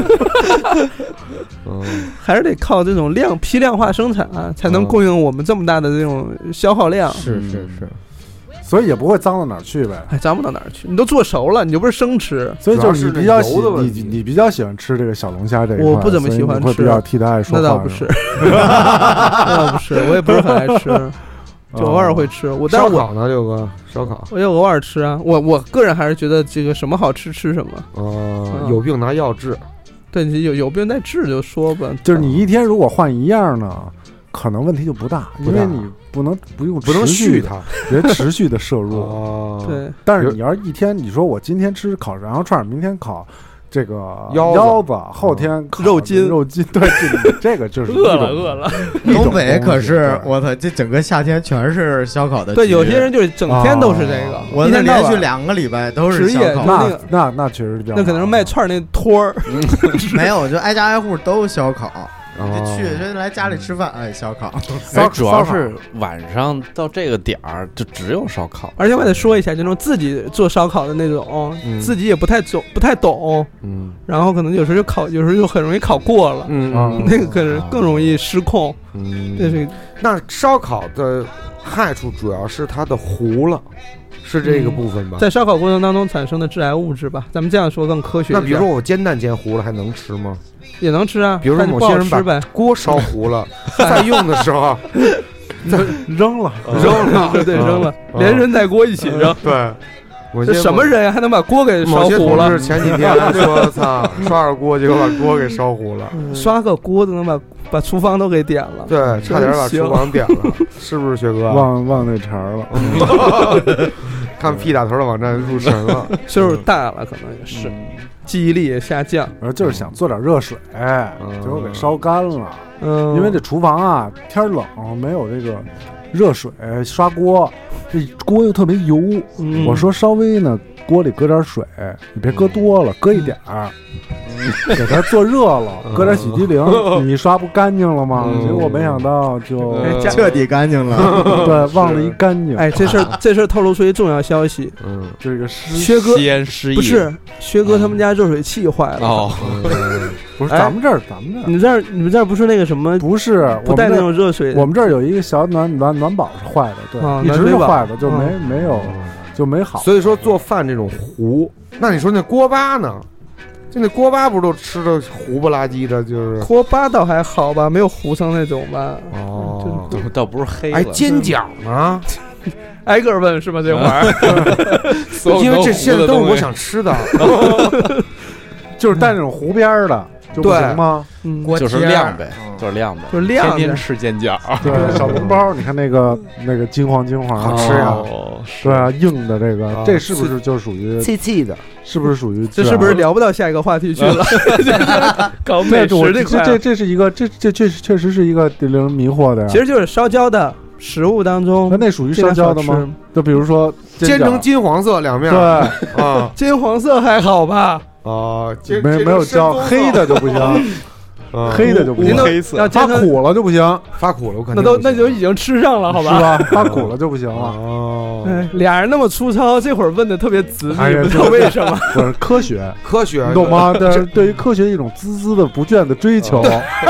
还是得靠这种批量化生产才能供应我们这么大的这种消耗量。 是， 所以也不会脏到哪儿去呗。 脏不到哪儿去，你都做熟了，你就不是生吃。 所以就是你比较你比较喜欢吃这个小龙虾这一块， 我不怎么喜欢吃， 会比较替他爱说话。 那倒不是，那倒不是，我也不是很爱吃，就偶尔会吃。 烧烤呢，六哥，烧烤我也偶尔吃啊。我个人还是觉得这个什么好吃吃什么。 有病拿药治。 对，有病再治就说吧。 就是你一天如果换一样呢，可能问题就不大，因为你不能续它，别持续的摄入。 对， 但是你要是一天，你说我今天吃烤羊肉串，明天烤这个腰子，后天烤肉筋， 对，这个就是饿了。 东北可是我操，这整个夏天全是烧烤的。 对，有些人就是整天都是这个， 我那连续2个礼拜都是烧烤。 那确实比较， 那可能是卖串那托儿， 没有，就挨家挨户都烧烤。就来家里吃饭，烧烤。 主要是晚上到这个点儿就只有烧烤。 而且我得说一下，这种自己做烧烤的那种，自己也不太懂，然后可能有时候就很容易烤过了，那个可能更容易失控。 那烧烤的害处主要是它的糊了。是这个部分吧， 在烧烤过程当中产生的致癌物质吧，咱们这样说更科学。 那比如说我煎蛋煎糊了，还能吃吗？ 也能吃啊。 比如说某些人把锅烧糊了，再用的时候扔了， 对，扔了，连人带锅一起扔。 对， 这什么人还能把锅给烧糊了？ 是前几天说操，刷着锅结果把锅给烧糊了， 刷个锅都能把厨房都给点了。 对，差点把厨房点了，是不是薛哥？ 忘那茬了。 看 P 打头的网站入神了， 岁数大了可能也是，记忆力也下降。 就是想做点热水，结果给烧干了。因为这厨房啊，天冷没有这个热水刷锅，这锅又特别油。我说稍微呢，锅里搁点水，你别搁多了，搁一点儿，给它做热了，搁点洗涤灵，你刷不干净了吗？结果没想到就彻底干净了。 对，忘了一干净。 这事儿透露出一重要消息。 这个薛哥不是薛哥他们家热水器坏了。 不是咱们这儿， 你们这儿不是那个什么？ 不是不带那种热水。 我们这儿有一个小暖宝是坏的，对，一直是坏的，就没有就没好。 所以说做饭这种糊，那你说那锅巴呢？就那锅巴不是都吃的糊不拉几的，就是锅巴倒还好吧，没有糊成那种吧。 倒不是黑了。 煎饺呢？ 挨个问是吧？这玩意儿，因为这现在都是我想吃的， 就是带那种糊边的。就不行吗？ 就是亮呗，就是亮呗， 就是亮。 天天吃煎饺， 对，小笼包，你看那个金黄好吃呀， 对啊，硬的这个，这是不是就属于气的？ 是不是属于？ 这是不是聊不到下一个话题去了？搞美食这块， 这是一个，这确实是一个令人迷惑的呀。 其实就是烧焦的食物当中， 那属于烧焦的吗？就比如说煎成金黄色两面， 对啊， 金黄色还好吧？ 没有焦，黑的就不行，黑的就不行， 黑色发苦了就不行， 发苦了我肯定那就已经吃上了，好吧？ 是吧？发苦了就不行了。 哦，俩人那么粗糙，这会儿问的特别仔细，不知道为什么。 不是科学，你懂吗？但是对于科学一种孜的不倦的追求。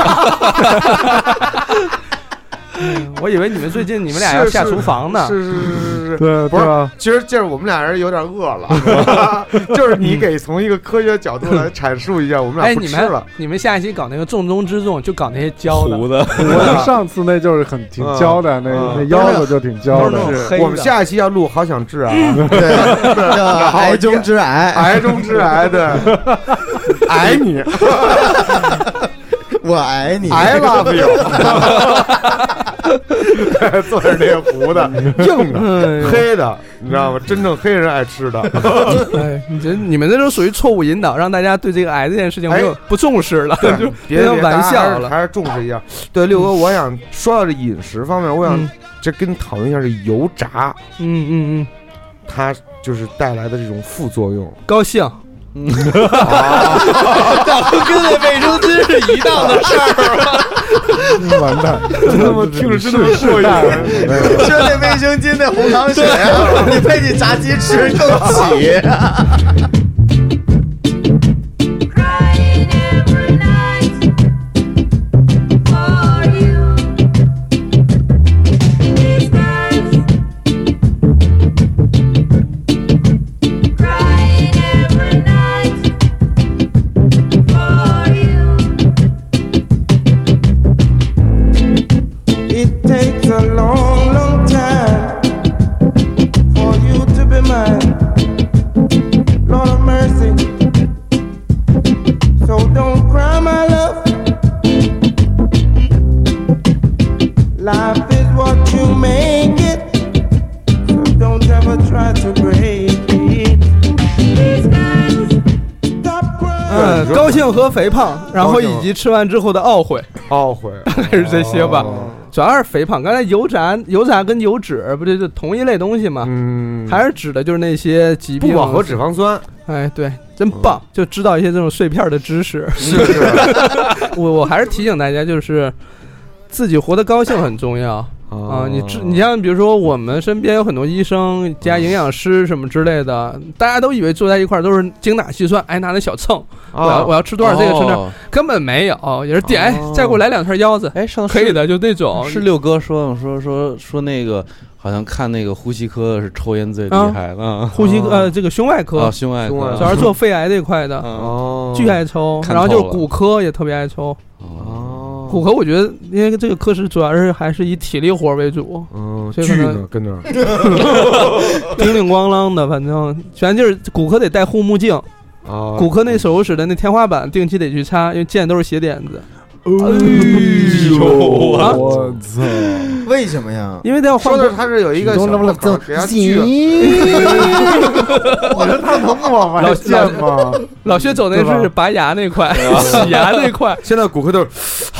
我以为你们最近你们俩要下厨房呢。 是， 对， 不是。其实就是我们俩人有点饿了，就是你给从一个科学角度来阐述一下，我们俩不吃了。 你们下一期搞那个重中之重，就搞那些焦的。 我上次那就是挺焦的，那腰子就挺焦的。 我们下一期要录，好想治癌， 对，癌中之癌， 癌中之癌，对，癌你。 我爱你 ，I love you。坐着这个糊的，硬的，黑的，你知道吗？真正黑人爱吃的。 哎，你们这都属于错误引导，让大家对这个癌这件事情不重视了，就别玩笑了， 还是重视一下。对，六哥，我想说到这饮食方面，我想这跟你讨论一下这油炸，它就是带来的这种副作用， 高兴。跟那卫生巾是一样的事儿吗？ 完蛋， 他妈听着真的过瘾。 说那卫生巾那红糖水啊，你配你炸鸡吃更起。 高兴和肥胖，然后以及吃完之后的懊悔，大概是这些吧。主要是肥胖。刚才油炸跟油脂不就是同一类东西吗？还是指的就是那些疾病， 不饱和脂肪酸。 哎，对，真棒，就知道一些这种碎片的知识。 是我还是提醒大家，就是自己活得高兴很重要。你像比如说我们身边有很多医生加营养师什么之类的，大家都以为坐在一块都是精打细算，哎，拿那小秤，我要吃多少这个吃那，根本没有，也是点，再给我来2片腰子， 哎，上可以的，就那种。 是六哥说那个好像看那个呼吸科是抽烟最厉害的， 呼吸这个胸外科， 胸外科， 主要是做肺癌这块的，巨爱抽，然后就是骨科也特别爱抽。骨科我觉得，因为这个科室主要是还是以体力活为主，所以可能跟那儿叮铃咣啷的，反正全就是骨科得戴护目镜，骨科那手术室的那天花板定期得去擦，因为见都是血点子。 哎呦，我操！ 为什么呀？ 因为他要换说的他是有一个小木头给他锯了。 我说他能往外见吗？ 老薛走那是拔牙那块，洗牙那块。 现在骨科都是。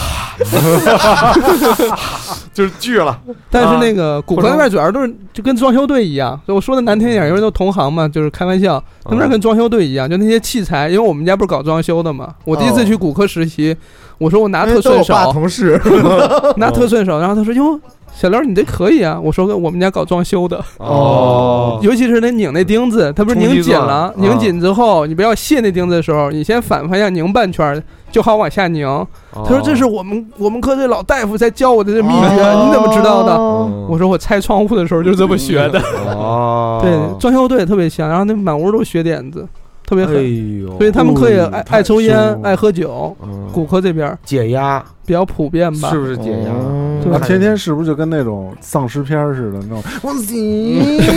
就是锯了， 但是那个骨科那边主要都是就跟装修队一样，所以我说的难听一点，有人都同行嘛，就是开玩笑，他们那跟装修队一样，就那些器材，因为我们家不是搞装修的嘛，我第一次去骨科实习，我说我拿特顺手， 同事拿特顺手，然后他说哟。小刘，你这可以啊！我说我们家搞装修的尤其是那拧那钉子，它不是拧紧了，拧紧之后，你不要卸那钉子的时候，你先反方向拧半圈，就好往下拧。他说这是我们科这老大夫在教我的这秘诀，你怎么知道的？我说我拆窗户的时候就这么学的。对，装修队特别像，然后那满屋都血点子。特别狠，所以他们可以爱抽烟、爱喝酒。骨科这边解压比较普遍吧？ 是不是解压？ 他天天是不是就跟那种丧尸片似的那种？我行，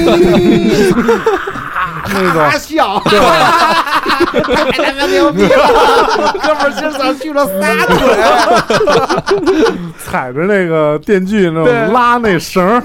那种笑， 对吧？ 太他妈牛逼了！哥们儿身上锯了3 腿，踩着那个电锯那种拉那绳，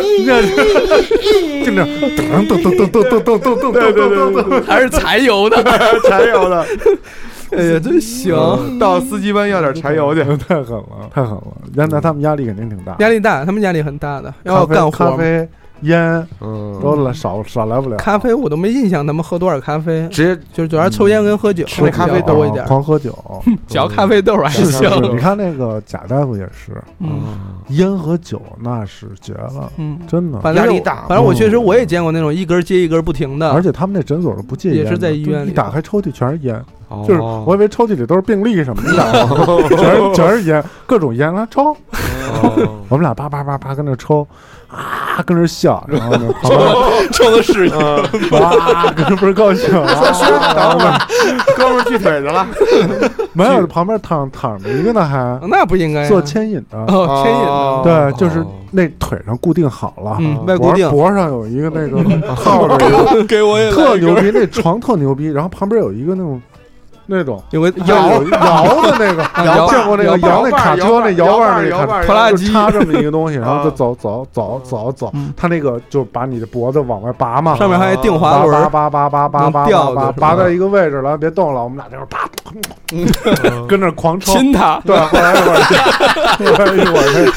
就那噔噔噔噔噔噔噔噔噔噔， 还是柴油的， 柴油的。 哎呀，真行！ 到司机班要点柴油去， 太狠了，太狠了！那他们压力肯定挺大， 压力大，他们压力很大的，要干活。 咖啡、烟，都少来不了。 咖啡我都没印象，他们喝多少咖啡？ 直接就是主要抽烟跟喝酒， 吃咖啡多一点， 狂喝酒， 嚼咖啡豆还行。 你看那个贾大夫也是，烟和酒那是绝了，真的。 压力大， 反正我确实我也见过那种一根接一根不停的， 而且他们那诊所是不戒烟， 也是在医院里， 一打开抽屉全是烟。就是我以为抽屉里都是病历什么的，全是烟，各种烟来抽。我们俩叭叭叭叭跟那抽，跟那笑，然后呢， 抽的是哇，跟那不是高兴， 哥们儿锯腿去了， 没有，旁边躺着一个呢，还那不应该做牵引的， 牵引的， 对，就是那腿上固定好了， 外固定， 脖上有一个那个套着， 给我也特牛逼，那床特牛逼，然后旁边有一个那种那种有个摇的那个，见过那个摇那卡车那摇把那个拖拉机， 插这么一个东西，然后就走，他那个就把你的脖子往外拔嘛， 上面还定滑轮， 拔到一个位置了，别动了，我们俩这会儿啪，跟那狂抽亲他， 对，后来一会儿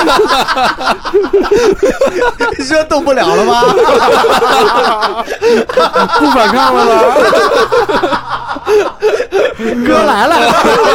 你说动不了了吗？ 不反抗了吧？ 哥来了，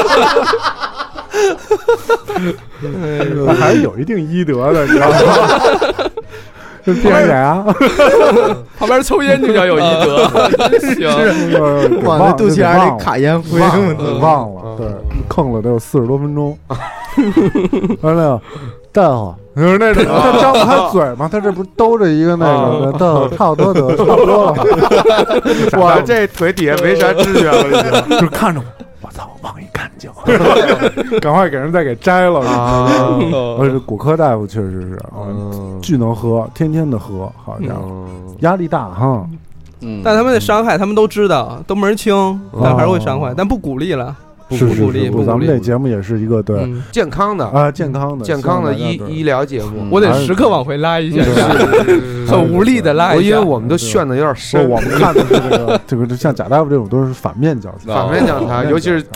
还是有一定医德的，你知道吗？就骗人啊！ 旁边抽烟就叫有医德， 行，往那肚脐眼里卡烟灰， 忘了，对，坑了得有40多分钟。完了，大夫，就是那种他张不开嘴嘛，他这不兜着一个那个，差不多了。 我这腿底下没啥知觉了，已经， 就看着我操，忘一干净，赶快给人再给摘了啊！骨科大夫确实是，巨能喝，天天的喝，好家伙，压力大哈。 但他们的伤害他们都知道，都门儿清，但还是会伤害，但不鼓励了。 不鼓励，咱们这节目也是一个对健康的啊，健康的医疗节目， 我得时刻往回拉一下，很无力的拉一下， 因为我们都炫的有点深。 我们看的是这个像贾大夫这种都是反面教材， 尤其是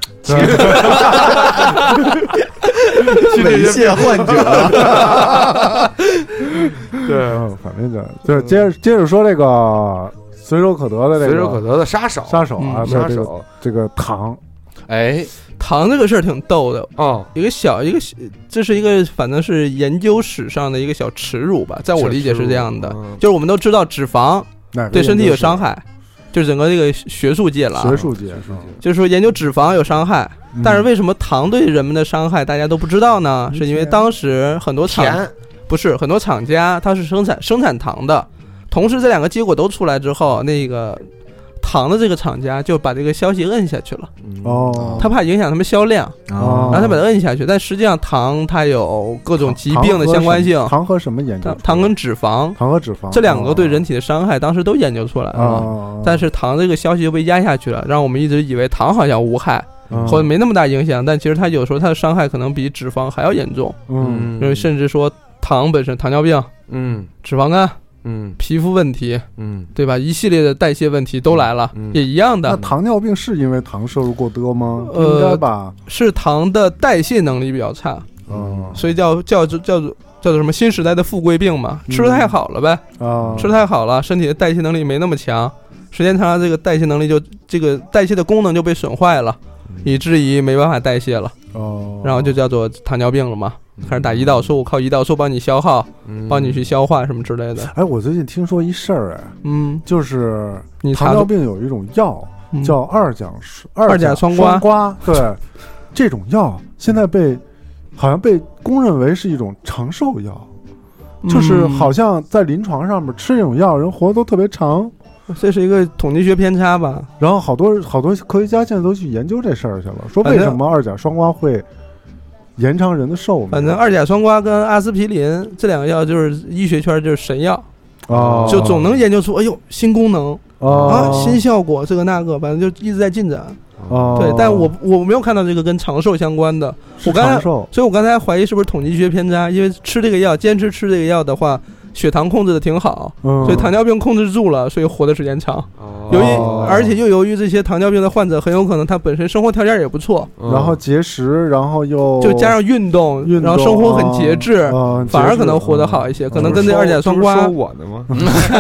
猥亵患者， 对，反面教材。就是接着说这个随手可得的杀手啊，这个糖。 哎，糖这个事儿挺逗的哦。这是一个反正是研究史上的一个小耻辱吧，在我理解是这样的，就是我们都知道脂肪对身体有伤害，就是整个这个学术界了，就是说研究脂肪有伤害，但是为什么糖对人们的伤害大家都不知道呢？是因为当时很多厂家它是生产糖的，同时这两个结果都出来之后，那个糖的这个厂家就把这个消息摁下去了。他怕影响他们销量，然后他把它摁下去。但实际上糖它有各种疾病的相关性。 糖和什么研究？ 糖跟脂肪这两个对人体的伤害当时都研究出来了。但是糖这个消息就被压下去了，让我们一直以为糖好像无害，或者没那么大影响。但其实它有时候它的伤害可能比脂肪还要严重。甚至说糖本身，糖尿病，脂肪肝。皮肤问题，对吧？一系列的代谢问题都来了，也一样的。 那糖尿病是因为糖摄入过多吗？应该吧。 是糖的代谢能力比较差，所以叫做什么新时代的富贵病嘛？吃的太好了呗，吃的太好了，身体的代谢能力没那么强，时间长了，这个代谢能力这个代谢的功能就被损坏了，以至于没办法代谢了，然后就叫做糖尿病了嘛。开始打胰岛素，靠胰岛素帮你消耗，帮你去消化什么之类的。 哎，我最近听说一事儿，就是糖尿病有一种药叫二甲双胍，对，这种药现在好像被公认为是一种长寿药，就是好像在临床上面吃这种药人活得都特别长。 这是一个统计学偏差吧？ 然后好多科学家现在都去研究这事儿去了，说为什么二甲双胍会延长人的寿命。 反正二甲双胍跟阿司匹林这两个药就是医学圈就是神药，就总能研究出新功能新效果，这个那个，反正就一直在进展。对，但我没有看到这个跟长寿相关的。所以我刚才怀疑是不是统计学偏差，因为吃这个药，坚持吃这个药的话，血糖控制的挺好，所以糖尿病控制住了，所以活的时间长。而且由于这些糖尿病的患者很有可能他本身生活条件也不错， 然后节食，然后就加上运动，然后生活很节制，反而可能活得好一些，可能跟这二甲双胍。 说我的吗？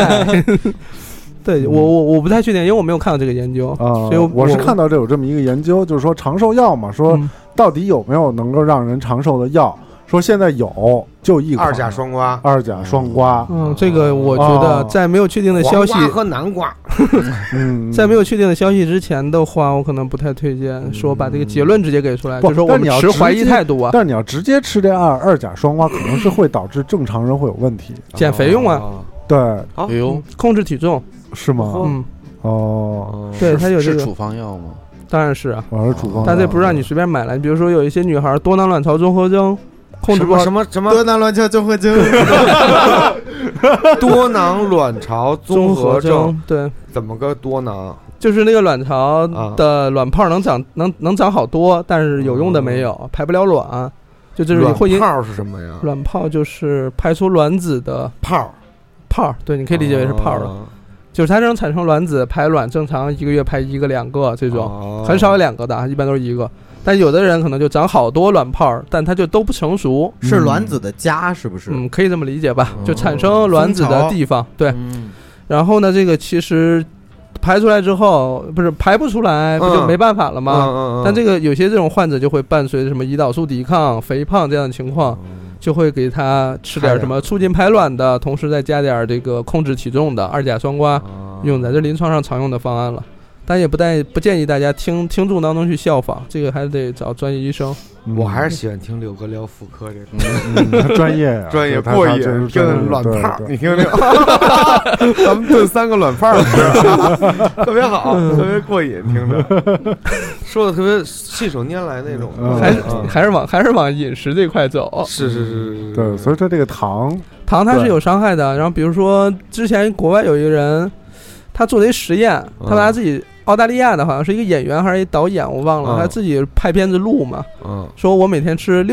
对，我不太确定，因为我没有看到这个研究所以我是看到有这么一个研究，就是说长寿药嘛，说到底有没有能够让人长寿的药？说现在有，就一款二甲双胍。 这个我觉得在没有确定的消息， 黄瓜和南瓜， 在没有确定的消息之前的话，我可能不太推荐说把这个结论直接给出来，就是说我们持怀疑态度啊。 但你要直接吃这二甲双胍，可能是会导致正常人会有问题。 减肥用啊， 对， 控制体重是吗？ 对，它有这个是处方药吗？ 当然是啊， 是处方药， 但这不是让你随便买来。比如说有一些女孩多囊卵巢综合征。控制不好什么多囊卵巢综合征， 多囊卵巢综合征， 对， 怎么个多囊？ 就是那个卵巢的卵泡能长好多，但是有用的没有，排不了卵。就这是会卵泡是什么呀？ 卵泡就是排出卵子的泡，对，你可以理解为是泡的。就是它能产生卵子排卵，正常1个月排1个2个这种，很少有2个的，一般都是1个。但有的人可能就长好多卵泡，但它就都不成熟。 是卵子的家是不是？ 可以这么理解吧，就产生卵子的地方。对，然后呢，这个其实排出来之后，不是排不出来，不就没办法了吗？但这个有些这种患者就会伴随着什么胰岛素抵抗、肥胖这样的情况，就会给他吃点什么促进排卵的，同时再加点这个控制体重的2甲双胍，用在这临床上常用的方案了。但也不建议大家听众当中去效仿，这个还得找专业医生。 我还是喜欢听六哥聊妇科这个， 专业啊， 专业过瘾，听卵泡，你听听，咱们炖3个卵泡，特别好，特别过瘾，听着，说的特别信手拈来那种， 还是往饮食这块走， 是， 对，所以说这个糖它是有伤害的。然后比如说之前国外有一个人，他做了一实验，他拿自己澳大利亚的好像是一个演员还是一导演，我忘了，他自己拍片子录嘛，说我每天吃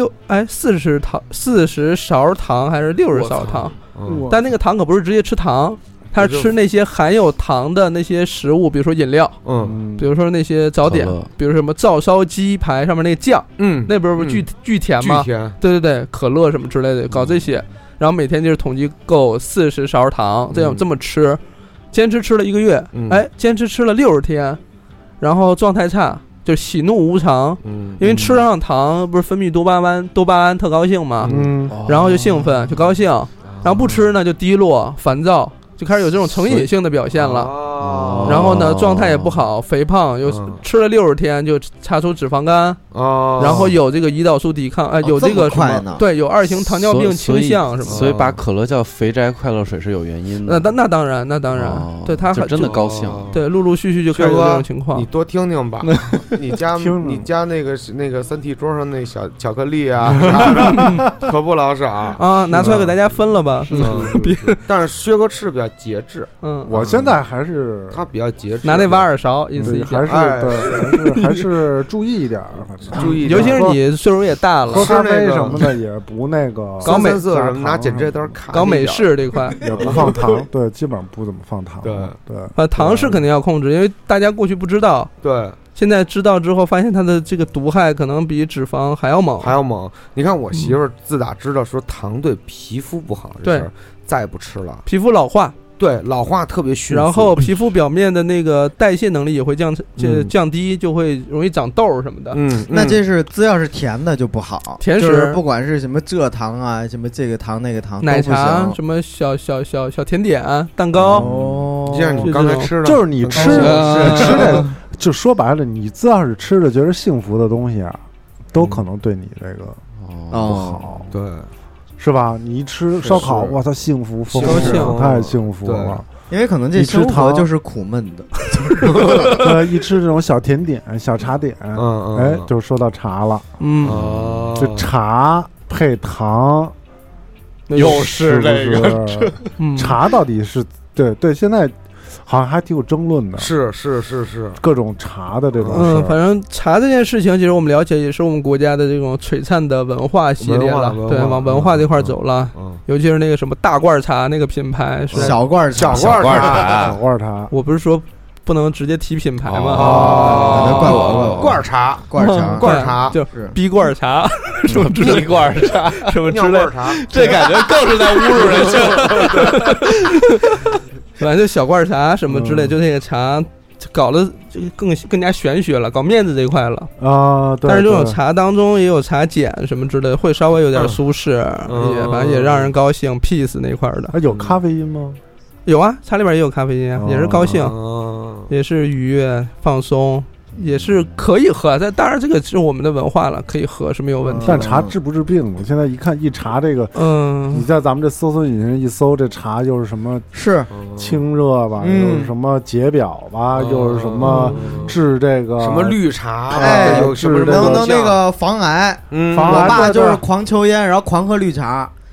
40勺糖还是60勺糖，但那个糖可不是直接吃糖，他是吃那些含有糖的那些食物，比如说饮料，比如说那些早点，比如什么照烧鸡排上面那个酱，那不是巨甜吗？对，可乐什么之类的，搞这些，然后每天就是统计够40勺糖，这么吃。坚持吃了1个月，坚持吃了60天，然后状态差，就喜怒无常，因为吃上糖不是分泌多巴胺特高兴嘛，然后就兴奋就高兴，然后不吃呢就低落烦躁，就开始有这种成瘾性的表现了。然后呢状态也不好，肥胖，又吃了60天就查出脂肪肝，然后有这个胰岛素抵抗，有这个什么，对，有2型糖尿病倾向什么， 所以把可乐叫肥宅快乐水是有原因的。 那当然，对他真的高兴， 对，陆陆续续就开始有这种情况。 你多听听吧，你家那个3T 桌上那小巧克力啊，可不老少啊，拿出来给大家分了吧。 但是薛哥吃比较节制， 我现在还是他比较节制， 拿那挖耳勺意思还是注意一点， 注意， 尤其是你岁数也大了， 喝咖啡什么的也不那个搞美色什么，拿剪纸刀卡， 搞美式这块也不放糖，对，基本上不怎么放糖， 对， 糖是肯定要控制，因为大家过去不知道， 对， 现在知道之后，发现它的这个毒害可能比脂肪还要猛。 你看我媳妇儿自打知道说糖对皮肤不好这事儿，再也不吃了， 皮肤老化。 对，老化特别迅速， 然后皮肤表面的那个代谢能力也会降低，就会容易长痘什么的。 那这是只要是甜的就不好， 甜食不管是什么蔗糖啊，什么这个糖那个糖， 奶茶什么小甜点蛋糕， 就像你刚才吃的， 就是你吃的，就说白了，你只要是吃的觉得幸福的东西啊，都可能对你这个不好。 对。 是吧？你一吃烧烤，我操，幸福疯了，太幸福了。 因为可能这生活就是苦闷的。 一吃这种小甜点、小茶点，就说到茶了。这茶配糖， 又是这个茶到底是对，现在好像还挺有争论的， 是各种茶的这种事。 反正茶这件事情，其实我们了解也是我们国家的这种璀璨的文化系列了，对，往文化这块走了。尤其是那个什么大罐茶那个品牌，是小罐茶， 我不是说不能直接提品牌吗？ 怪我罐茶就是逼罐茶，什么逼罐茶， 什么之类的， 这感觉更是在侮辱人性了。 反正就小罐茶什么之类，就那个茶搞得更加玄学了，搞面子这一块了啊。 但是这种茶当中也有茶碱什么之类的，会稍微有点舒适，反正也让人高兴 peace 那块的。 有咖啡因吗？ 有啊，茶里边也有咖啡因啊，也是高兴，也是愉悦放松。也是可以喝，但当然这个是我们的文化了，可以喝是没有问题。 但茶治不治病？我现在一看一查这个，你在咱们这搜索引擎一搜，这茶又是什么？ 是清热吧，又是什么解表吧，又是什么治这个什么绿茶， 有什么能那个防癌。我爸就是狂抽烟，然后狂喝绿茶。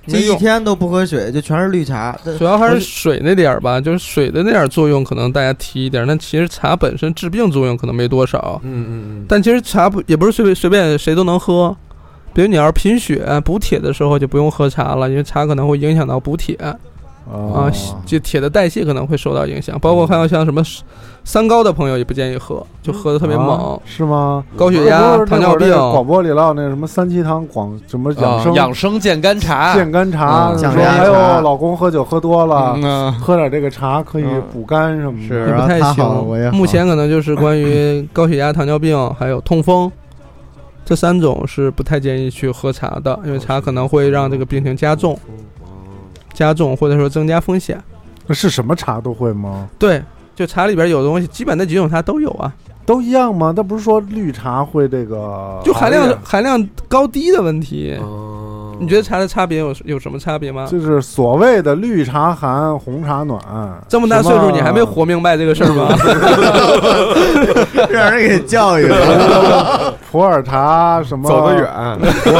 这一天都不喝水，就全是绿茶。 主要还是水那点儿吧，就是水的那点作用可能大家提一点，但其实茶本身治病作用可能没多少。但其实茶也不是随便谁都能喝，比如你要是贫血补铁的时候就不用喝茶了，因为茶可能会影响到补铁。就铁的代谢可能会受到影响，包括还有像什么三高的朋友也不建议喝，就喝的特别猛， 是吗？ 高血压、糖尿病。 广播里老有那什么三七堂什么养生健肝茶， 说还有老公喝酒喝多了，喝点这个茶可以补肝什么的， 也不太行。目前可能就是关于高血压、糖尿病还有痛风。这3种是不太建议去喝茶的，因为茶可能会让这个病情加重或者说增加风险。 是什么茶都会吗？ 对，就茶里边有的东西，基本那几种茶都有啊。 都一样吗？那不是说绿茶会这个就含量高低的问题。你觉得茶的差别有什么差别吗？ 就是所谓的绿茶寒，红茶暖。 这么大岁数你还没活明白这个事儿吗？ 让人给教育了。 普洱茶什么走得远。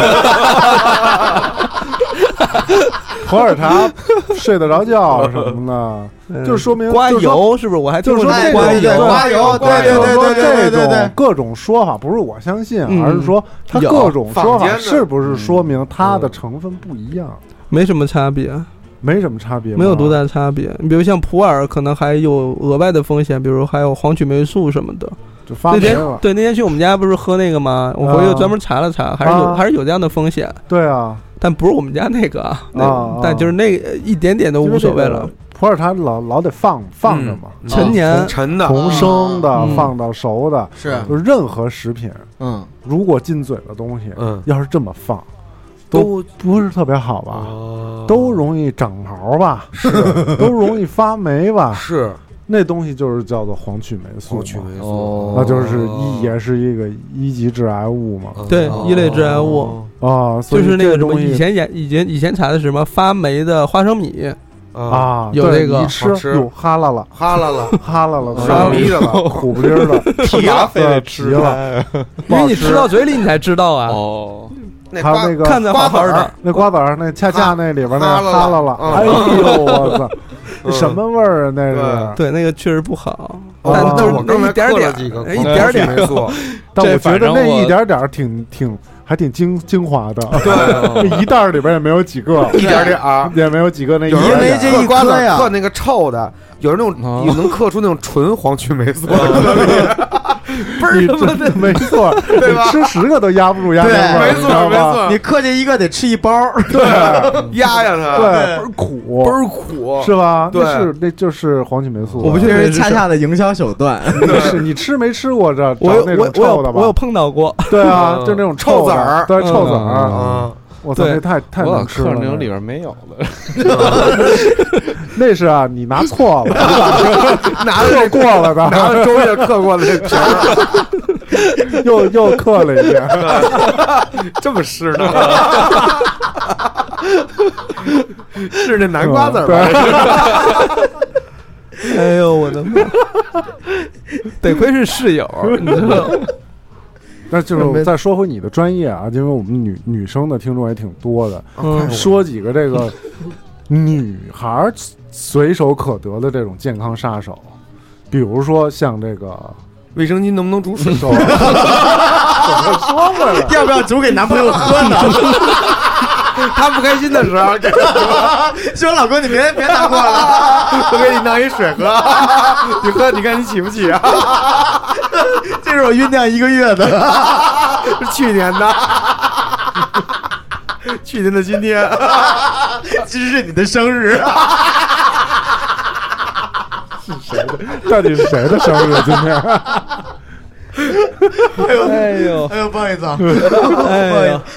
普洱茶睡得着觉什么的，就说明刮油是不是？我还听说刮油，对， 这种各种说法不是我相信，而是说它各种说法是不是说明它的成分不一样？ 没什么差别， 没什么差别， 没有多大差别。你比如像普洱，可能还有额外的风险，比如还有黄曲霉素什么的。 就发霉了。 那天去我们家不是喝那个吗？我回去专门查了查，还是有这样的风险。 对啊。 但不是我们家那个但就是那个一点点都无所谓了。 普洱茶老得放着嘛， 陈年陈的、 从生的放到熟的， 是就任何食品，如果进嘴的东西，要是这么放，都不是特别好吧？都容易长毛吧？ 是， 都容易发霉吧？ 是。 那东西就是叫做黄曲霉素，那就是也是一个1级致癌物嘛。 对，1类致癌物啊， 就是那个什么以前查的是什么发霉的花生米啊， 有这个一吃有哈喇了， 生迷的了， 苦不丁的， 皮牙非得吃了， 因为你吃到嘴里你才知道啊。 还有那个看着好好的， 那瓜子儿那恰那里边那哈喇了，哎呦我操！什么味儿啊？那是对，那个确实不好。 但我刚才一点点，一点点没错。 但我觉得那一点点还挺精华的。对，一袋里边也没有几个， 一点点也没有几个那。 因为这一瓜子嗑那个臭的，有那种也能嗑出那种纯黄曲霉素。 倍儿没错，对吧？吃10个都压不住压根儿， 没错， 你嗑这一个得吃一包， 对， 压呀它， 对，倍儿苦，是吧？ 对， 那就是黄曲霉素。 我不确定是恰恰的营销手段。 是你吃没吃过这？ 我有碰到过。 对啊，就那种臭籽儿， 对，臭籽儿啊。我操，那太能吃了， 那种里边没有的。 那是啊，你拿错了， 拿了过了的， 拿了周月嗑过的这皮儿， 又嗑了一遍， 这么湿呢？是那南瓜籽儿吧？ 哎呦我的妈！得亏是室友，你知道。 那就是再说回你的专业啊，因为我们女生的听众也挺多的，说几个这个女孩随手可得的这种健康杀手，比如说像这个卫生巾能不能煮水？ 怎么说回来？ 要不要煮给男朋友喝呢？ 他不开心的时候， 说老公你别难过了， 我给你弄一水喝，你喝你看你起不起啊？ 这是我酝酿1个月的， 是去年的，去年的今天， 其实是你的生日。 是谁的？到底是谁的生日？今天？ 哎呦，不好意思啊， 哎呦。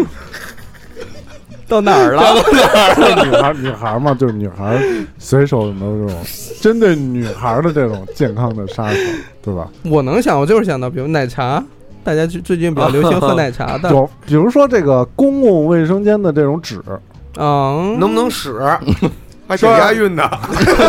到哪儿了？ 女孩嘛，就是女孩随手有没有这种针对女孩的这种健康的杀手，对吧？ 我能想，我就是想到，比如奶茶，大家最近比较流行喝奶茶的， 有比如说这个公共卫生间的这种纸， 能不能使？还挺押韵的。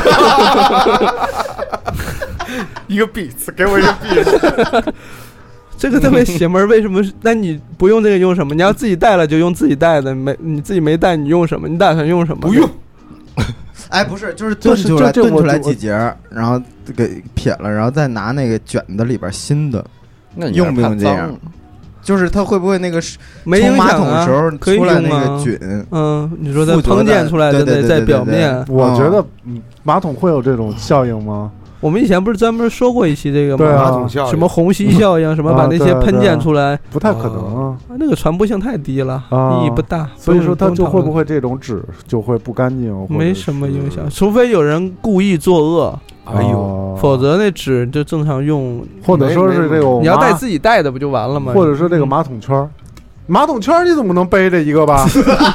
一个 beats， 给我一个 beats。 这个特别邪门，为什么？那你不用这个用什么？你要自己带了就用自己带的，你自己没带你用什么？你打算用什么？ 不用。 哎，不是，就是炖出来几节，然后给撇了，然后再拿那个卷子里边新的。 那你用不用这样？就是它会不会那个没影响的时候出来那个菌？ 你说它烹饪出来的那在表面， 我觉得马桶会有这种效应吗？ 我们以前不是专门说过一期这个吗？ 马桶效应， 什么虹吸效应，什么把那些喷溅出来， 不太可能啊。 那个传播性太低了，意义不大。 所以说它就会不会这种纸就会不干净？ 没什么影响，除非有人故意作恶。 哎呦， 否则那纸就正常用， 或者说是这种你要带自己带的不就完了吗？ 或者说这个马桶圈，马桶圈你总不能背着一个吧？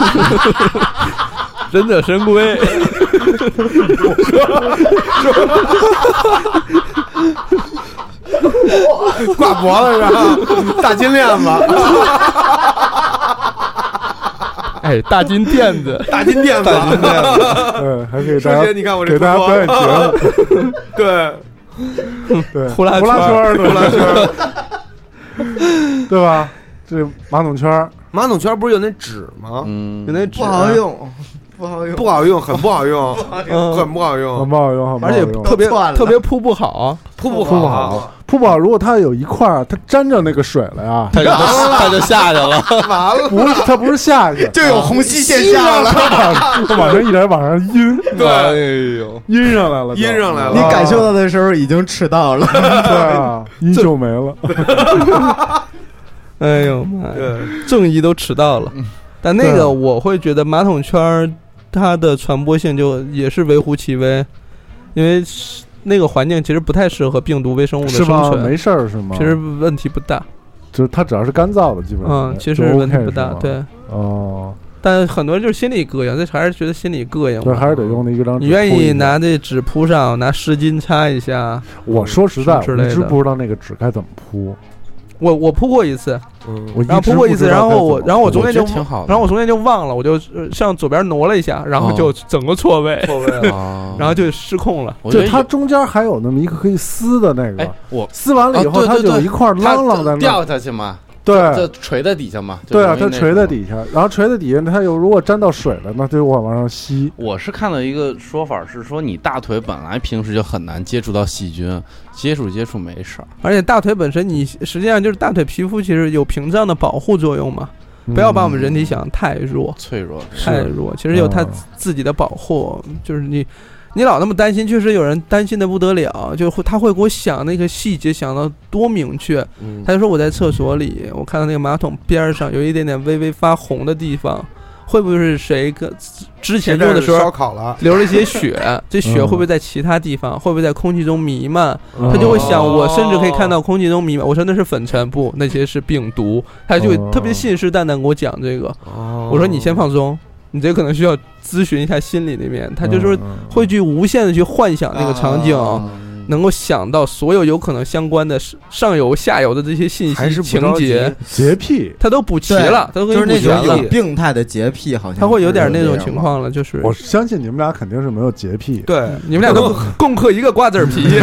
忍者神龟。 挂脖子上，大金链子。 哎，大金垫子， 大金垫子， 对，还给大家， 你看我这给大家表演节目， 对， 呼啦圈，对吧？这马桶圈不是有那纸吗？ 有那纸不好用。 不好用，很不好用，很不好用， 而且特别铺不好， 铺不好。如果它有一块它沾着那个水了呀， 它就下去了， 完了。 不是，它不是下去， 就有虹吸现象了， 它往上一点往上阴， 对， 哎呦， 阴上来了， 你感受到的时候已经迟到了， 对啊，阴就没了。 哎呦妈呀，正义都迟到了。但那个我会觉得马桶圈它的传播性就也是微乎其微，因为那个环境其实不太适合病毒微生物的生存。 没事儿是吗？ 其实问题不大， 就是它只要是干燥的，基本上其实问题不大。对，但很多人就是心里膈应，这还是觉得心里膈应。 对，还是得用那一张纸。 你愿意拿这纸铺上，拿湿巾擦一下。 我说实在，我一直不知道那个纸该怎么铺。 我铺过一次，然后铺过一次，然后我中间就挺好，然后我中间就忘了，我就向左边挪了一下，然后就整个错位，然后就失控了。 就它中间还有那么一个可以撕的那个， 我撕完了以后，它就有一块啷啷在那掉下去嘛。 对， 这垂在底下嘛。 对啊，它垂在底下，然后垂在底下，它又如果沾到水了，那就往上吸。 我是看到一个说法是说，你大腿本来平时就很难接触到细菌，接触没事儿。 而且大腿本身，你实际上就是大腿皮肤其实有屏障的保护作用嘛。不要把我们人体想太弱、 脆弱、 太弱，其实有它自己的保护，就是你老那么担心，确实有人担心的不得了，就他会给我想那个细节，想到多明确。他就说我在厕所里，我看到那个马桶边上有一点点微微发红的地方，会不会是谁之前用的时候烧烤了流了一些血？这血会不会在其他地方？会不会在空气中弥漫？他就会想，我甚至可以看到空气中弥漫。我说那是粉尘，不，那些是病毒。他就特别信誓旦旦跟我讲这个。我说你先放松。你这可能需要咨询一下心理那边，他就是会去无限的去幻想那个场景，能够想到所有有可能相关的上游下游的这些信息情节， 洁癖他都补齐了，他都给你补齐了。 就是那种病态的洁癖，好像他会有点那种情况了。就是我相信你们俩肯定是没有洁癖， 对，你们俩都共克一个瓜子皮。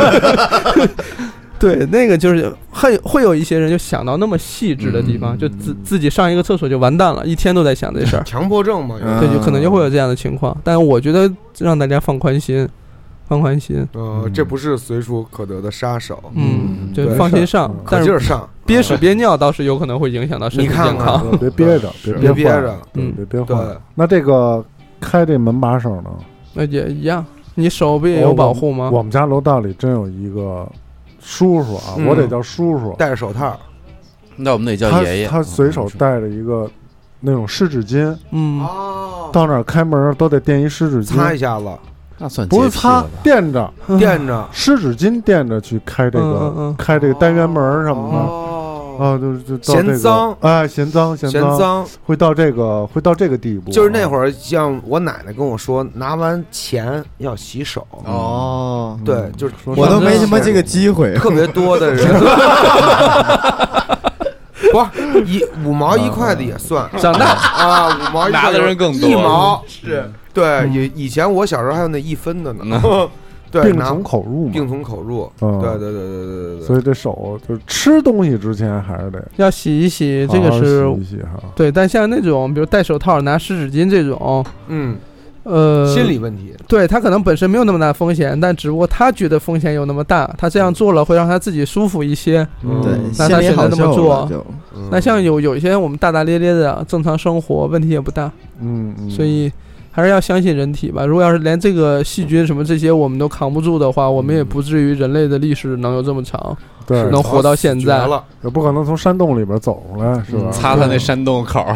对，那个就是会有一些人就想到那么细致的地方，就自己上一个厕所就完蛋了，一天都在想这事儿。 强迫症嘛， 对，就可能就会有这样的情况。但我觉得让大家放宽心。 这不是随处可得的杀手。 就放心上，但是上憋屎憋尿倒是有可能会影响到身体健康。 别憋着，别憋着， 别憋坏。那这个开这门把手呢？ 那也一样，你手臂有保护吗？ 我们家楼道里真有一个叔叔啊，我得叫叔叔， 戴着手套。 那我们得叫爷爷。 他随手带着一个那种湿纸巾，到那儿开门都得垫一湿纸巾， 擦一下子。 那算不是擦，垫着湿纸巾垫着去开这个单元门什么的。就嫌脏， 嫌脏，会到这个地步。 就是那会儿，像我奶奶跟我说，拿完钱要洗手。对，就是我都没什么这个机会， 特别多的人。不，5毛1块的也算。 长大 5毛1块拿的人更多。 1毛是。对，以前我小时候还有那1分的呢。 病从口入嘛， 病从口入。对。 所以这手就是吃东西之前还是得要洗一洗，这个是洗一洗哈。 对，但像那种比如戴手套、拿湿纸巾这种， 心理问题。 对，他可能本身没有那么大风险，但只不过他觉得风险有那么大，他这样做了会让他自己舒服一些。 对， 那他选择那么做。那像有一些我们大大咧咧的正常生活，问题也不大。所以还是要相信人体吧。如果要是连这个细菌什么这些我们都扛不住的话，我们也不至于人类的历史能有这么长， 对， 能活到现在了， 也不可能从山洞里边走出来，是吧？ 擦他那山洞口。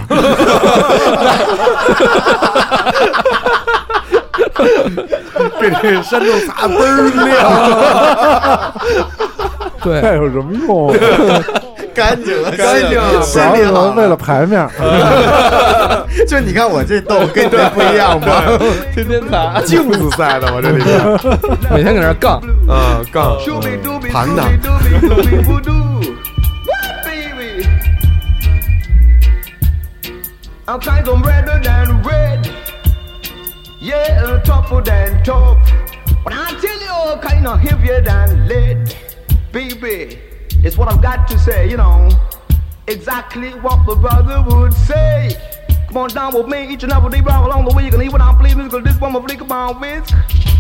给这山洞擦倍儿亮。对，那有什么用？ 干净了， 心里好，为了牌面。 就你看我这洞跟你这不一样吧？ 天天擦， 镜子赛的我这里面， 每天搁那杠， 杠，盘的。 I'm kind of redder than red, yeah, tougher than tough. But I tell you, kind of heavier than lead, baby. It's what I've got to say, you know, exactly what the brother would say. Come on down with me each and every day, round along the way. You can hear what I'm playing, because this one will flick about whisk.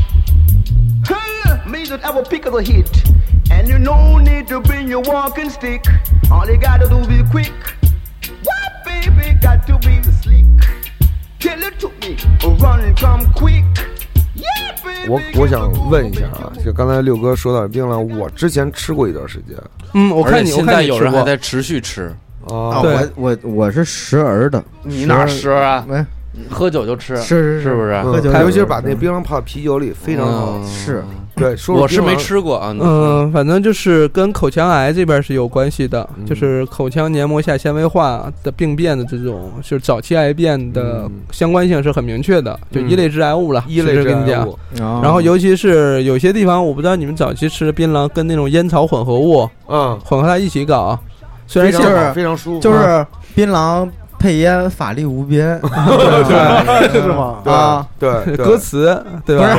Hey, me that ever pick of the hit, and you no need to bring your walking stick. All you gotta do is quick. What, baby, got to be slick. Tell it to me, run, come quick. 我想问一下啊，就刚才六哥说到槟榔，我之前吃过一段时间。 我看你现在有人还在持续吃啊。我是时而的。 你哪时啊？喝酒就吃， 是不是？ 喝酒， 尤其是把那槟榔泡啤酒里，非常好。 是， 对， 我是没吃过啊。 反正就是跟口腔癌这边是有关系的，就是口腔黏膜下纤维化的病变的这种，就是早期癌变的相关性是很明确的，就一类致癌物了。 一类致癌物。 然后尤其是有些地方，我不知道你们早期吃的槟榔跟那种烟草混合物，混合它一起搞，虽然就是非常舒服， 就是槟榔。配烟法力无边， 是吗？ 啊， 对， 歌词对吧？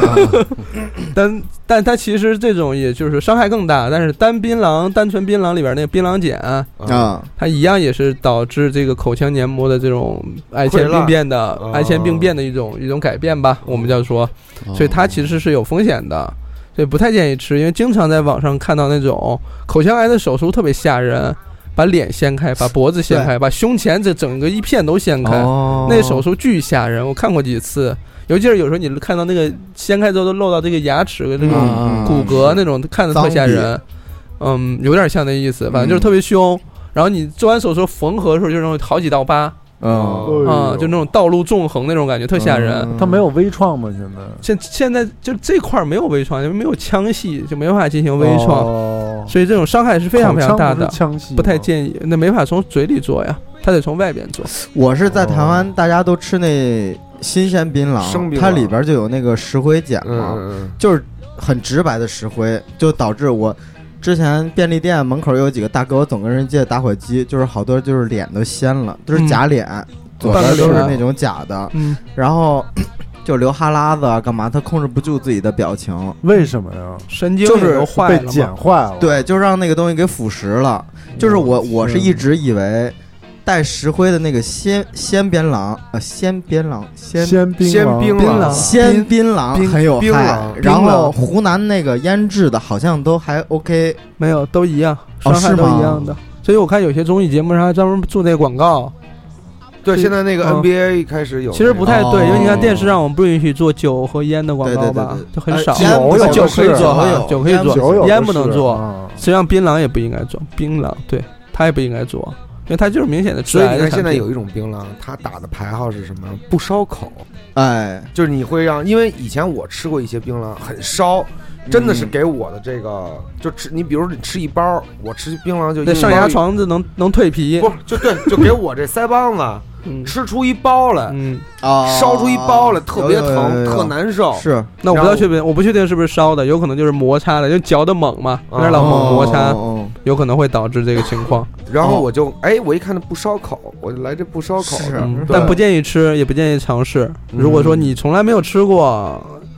但它其实这种也就是伤害更大，但是单纯槟榔里边那个槟榔碱啊， 它一样也是导致这个口腔黏膜的这种癌前病变的一种改变吧，我们叫说，所以它其实是有风险的，所以不太建议吃，因为经常在网上看到那种口腔癌的手术特别吓人。把脸掀开，把脖子掀开，把胸前这整个一片都掀开，那手术巨吓人，我看过几次。尤其是有时候你看到那个掀开之后都露到这个牙齿跟这种骨骼那种，看着特吓人。有点像那意思，反正就是特别凶。然后你做完手术缝合的时候，就那种好几道疤。就那种道路纵横那种感觉，特吓人。 它没有微创吗？ 现在就这块没有微创，因为没有腔隙，就没法进行微创，所以这种伤害是非常非常大的，不太建议。那没法从嘴里做呀，它得从外边做。 我是在台湾，大家都吃那新鲜槟榔，它里边就有那个石灰碱嘛，就是很直白的石灰，就导致我。之前便利店门口有几个大哥，我总跟人借打火机，就是好多就是脸都掀了，都是假脸，左边都是那种假的，然后就流哈喇子啊，干嘛？他控制不住自己的表情， 为什么呀？ 神经就是被碱坏了， 对，就让那个东西给腐蚀了。就是我是一直以为带石灰的那个鲜槟榔很有害，然后湖南那个腌制的好像都还 OK， 没有都一样，伤害都一样的。所以我看有些综艺节目上还专门做那个广告。 对，现在那个 NBA 开始有， 其实不太对，因为你看电视上我们不允许做酒和烟的广告吧，就很少。 酒可以做，酒可以做，烟不能做。实际上槟榔也不应该做，槟榔对它也不应该做。因为它就是明显的致癌的。 所以你看现在有一种槟榔，它打的牌号是什么？不烧口。就是你会让，因为以前我吃过一些槟榔，很烧，真的是给我的这个，就吃你比如你吃一包，我吃槟榔就那上牙床子能蜕皮， 不就对，就给我这腮帮子。吃出一包来，烧出一包来，特别疼，特难受。 是， 那我不确定是不是烧的，有可能就是摩擦的，就嚼的猛嘛，有点老猛摩擦，有可能会导致这个情况。 然后我一看它不烧口，我就来这不烧口， 但不建议吃，也不建议尝试。如果说你从来没有吃过，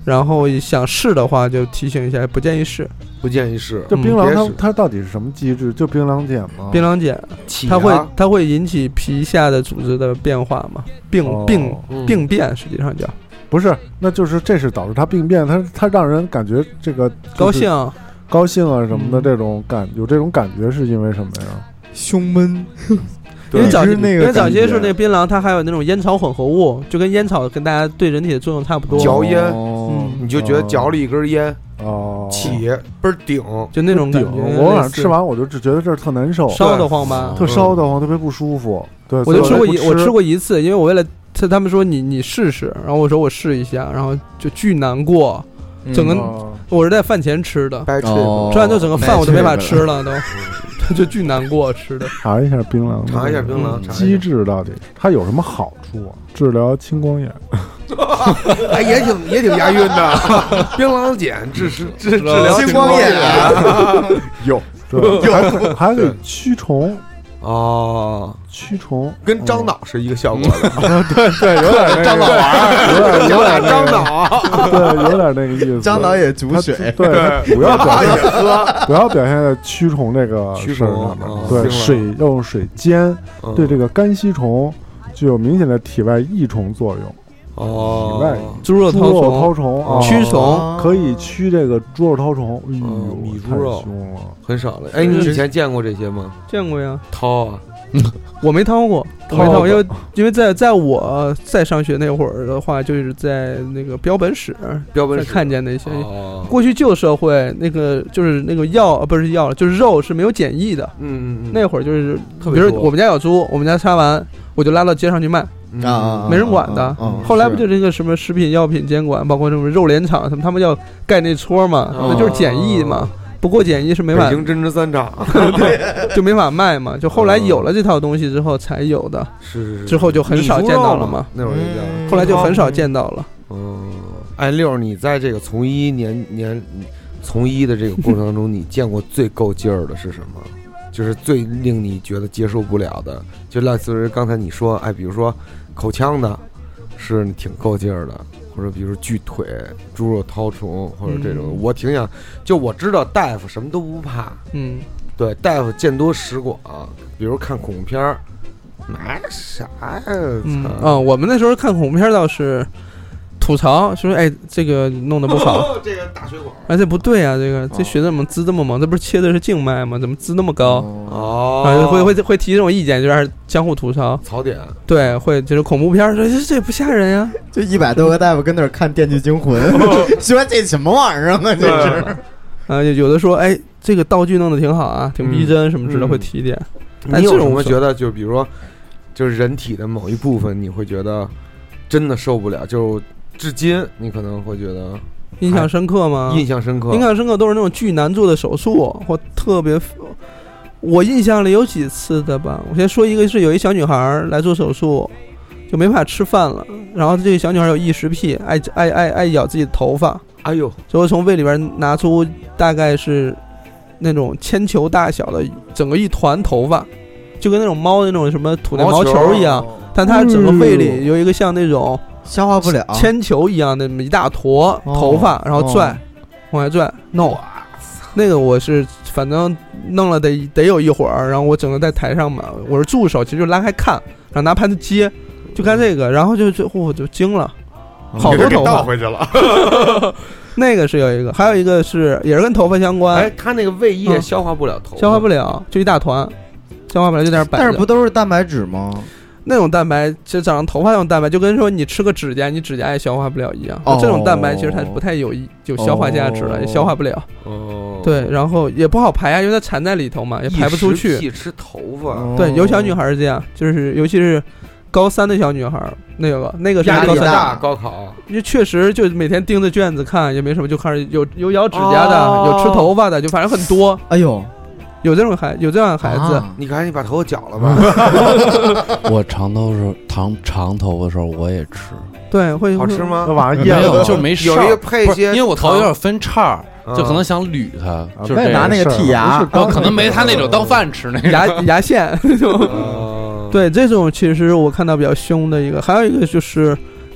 然后想试的话就提醒一下，不建议试。 不建议试。 这槟榔它到底是什么机制？就槟榔碱吗？ 槟榔碱，它会引起皮下的组织的变化嘛？病变实际上叫不是，那就是这是导致它病变，它让人感觉这个高兴啊什么的这种有这种感觉是因为什么呀？ 胸闷。 因为早些是那槟榔，它还有那种烟草混合物，就跟烟草跟大家对人体的作用差不多。 嚼烟，你就觉得嚼了一根烟，起倍儿顶， 就那种感觉。 我晚上吃完我就只觉得这儿特难受， 烧得慌吧， 特烧得慌，特别不舒服。对， 我就吃过一次，因为我为了他们说你试试，然后我说我试一下，然后就巨难过，整个我是在饭前吃的，吃完之后整个饭我都没法吃了都。就巨难过吃的。 查一下槟榔，机制到底它有什么好处啊？治疗青光眼， 哎，也挺押韵的。槟榔碱治疗青光眼， 有对，还可以驱虫。驱虫跟樟脑是一个效果的。 对，有点樟脑丸，有点樟脑， 对，有点那个意思。 樟脑也煮水， 对，主要表现在驱虫这个事上面。对，用水煎，对这个肝吸虫具有明显的体外益虫作用。体外猪肉绦虫驱虫可以驱这个猪肉绦虫。 米猪肉很少了。哎，你以前见过这些吗？ 见过呀。 掏啊， 我没掏过，因为在我在上学那会儿的话，就是在那个标本室看见那些。过去旧社会那个就是那个药不是药，就是肉是没有检疫的。那会儿就是比如我们家有猪，我们家杀完我就拉到街上去卖。没人管的。后来不就这个什么食品药品监管，包括什么肉联厂，他们要盖那戳嘛，那就是检疫嘛。不过检疫是没法， 北京针织三厂， 就没法卖嘛。就后来有了这套东西之后才有的，之后就很少见到了嘛。 那会儿后来就很少见到了。 哎，六，你在这个从医的这个过程当中，你见过最够劲儿的是什么？就是最令你觉得接受不了的，就类似于刚才你说，哎，比如说口腔的，是你挺够劲儿的，或者比如锯腿、猪肉绦虫，或者这种，我挺想，就我知道大夫什么都不怕，对，大夫见多识广，比如看恐怖片儿，买啥呀？ 我们那时候看恐怖片倒是。吐槽说：“哎，这个弄得不好， 这个大血管， 哎，这不对啊，这血怎么滋这么猛？这不是切的是静脉吗？怎么滋那么高？会提这种意见，就是相互吐槽。 槽点对，会就是恐怖片说这不吓人呀， 就100多个大夫跟那儿看《电锯惊魂》，说这什么玩意儿啊？这是有的说，哎，这个道具弄得挺好啊，挺逼真什么之类会提点。 你有什么觉得，就比如说，就是人体的某一部分，你会觉得真的受不了，就。”至今你可能会觉得印象深刻吗？ 印象深刻都是那种巨难做的手术，或特别。我印象里有几次的吧。我先说一个，是有一小女孩来做手术，就没法吃饭了。然后这个小女孩有异食癖，爱咬自己的头发。 哎呦！ 所以我从胃里边拿出大概是那种铅球大小的整个一团头发，就跟那种猫的那种什么吐那毛球一样，但它整个胃里有一个像那种。 消化不了铅球一样的一大坨头发，然后往外拽弄，那个我是反正弄了得有一会儿，然后我整个在台上嘛，我是助手，其实就拉开看，然后拿盘子接，就看这个，然后就惊了，好多头发倒回去了。 那个是有一个，还有一个是也是跟头发相关。 哎，他那个胃液消化不了头发， 消化不了，就一大团，消化不了就在那摆着。 但是不都是蛋白质吗？ 那种蛋白其实长头发那种蛋白，就跟说你吃个指甲，你指甲也消化不了一样。这种蛋白其实它不太有消化价值了，也消化不了。对，然后也不好排啊，因为它缠在里头嘛，也排不出去。 吃头发。 对，有小女孩是这样，就是尤其是高3的小女孩，那个是压力大，高考就确实就每天盯着卷子看，也没什么，就开始有咬指甲的，有吃头发的，就反正很多。 哎呦。 有这样的孩子， 你赶紧把头发绞了吧。 我长头发的时候我也吃， 对，会好吃吗？ 晚上没有，就没事。 有一个配些， 因为我头有点分叉，就可能想捋它，就是拿那个剔牙， 可能没他那种当饭吃那个牙线。对，这种其实我看到比较凶的一个，还有一个就是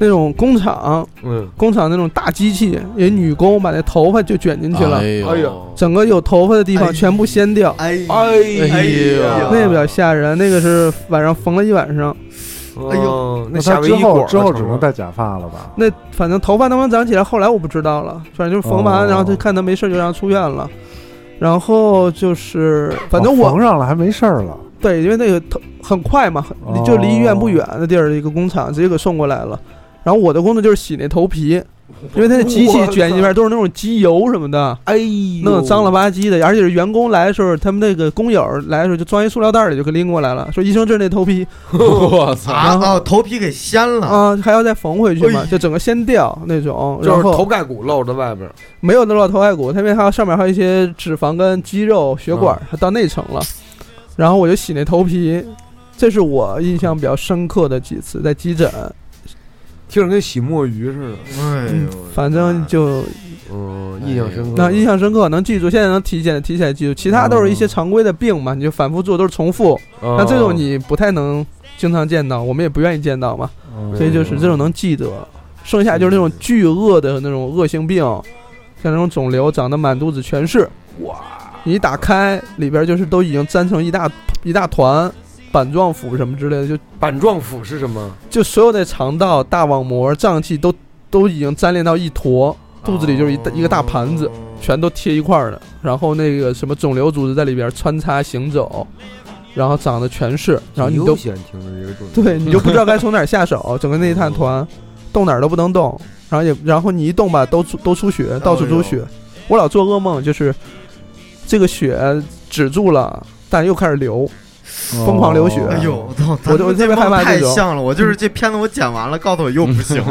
那种工厂，工厂那种大机器，有女工把那头发就卷进去了， 哎呦， 整个有头发的地方全部掀掉， 哎呦， 那个比较吓人，那个是晚上缝了一晚上。 哎呦， 那他之后只能戴假发了吧？ 那反正头发能不能长起来，后来我不知道了。反正就是缝完，然后他看他没事就让他出院了。然后就是反正我缝上了还没事了。 对，因为那个很快嘛，就离医院不远的地儿的一个工厂，直接给送过来了。然后我的工作就是洗那头皮。因为它的机器卷里边都是那种机油什么的， 哎呦， 弄得脏了吧唧的，而且是员工来的时候，他们那个工友来的时候就装一塑料袋里就给拎过来了，说医生这是那头皮， 我操， 头皮给掀了啊，还要再缝回去嘛，就整个先掉那种， 就是头盖骨露着外边， 没有露头盖骨，因为还有上面还有一些脂肪跟肌肉血管，还到内层了，然后我就洗那头皮，这是我印象比较深刻的几次在急诊。 听着跟洗墨鱼似的， 哎呦， 反正就， 印象深刻。 那印象深刻，能记住，现在能提起来记住，其他都是一些常规的病嘛，你就反复做，都是重复。那这种你不太能经常见到，我们也不愿意见到嘛，所以就是这种能记得。剩下就是那种巨恶的那种恶性病，像那种肿瘤长得满肚子全是，哇！你一打开里边就是都已经粘成一大团。板状腐什么之类的，就板状腐是什么？ 就所有的肠道、大网膜、脏器都已经粘连到一坨，肚子里就是一个大盘子，全都贴一块儿的。然后那个什么肿瘤组织在里边穿插行走，然后长得全是，然后你都对你就不知道该从哪儿下手，整个那一滩团，动哪儿都不能动，然后你一动吧都出血，到处出血。我老做噩梦，就是这个血止住了，但又开始流。疯狂流血！ 哎呦， 我特别害怕这种。 太像了，我就是这片子我剪完了，告诉我又不行。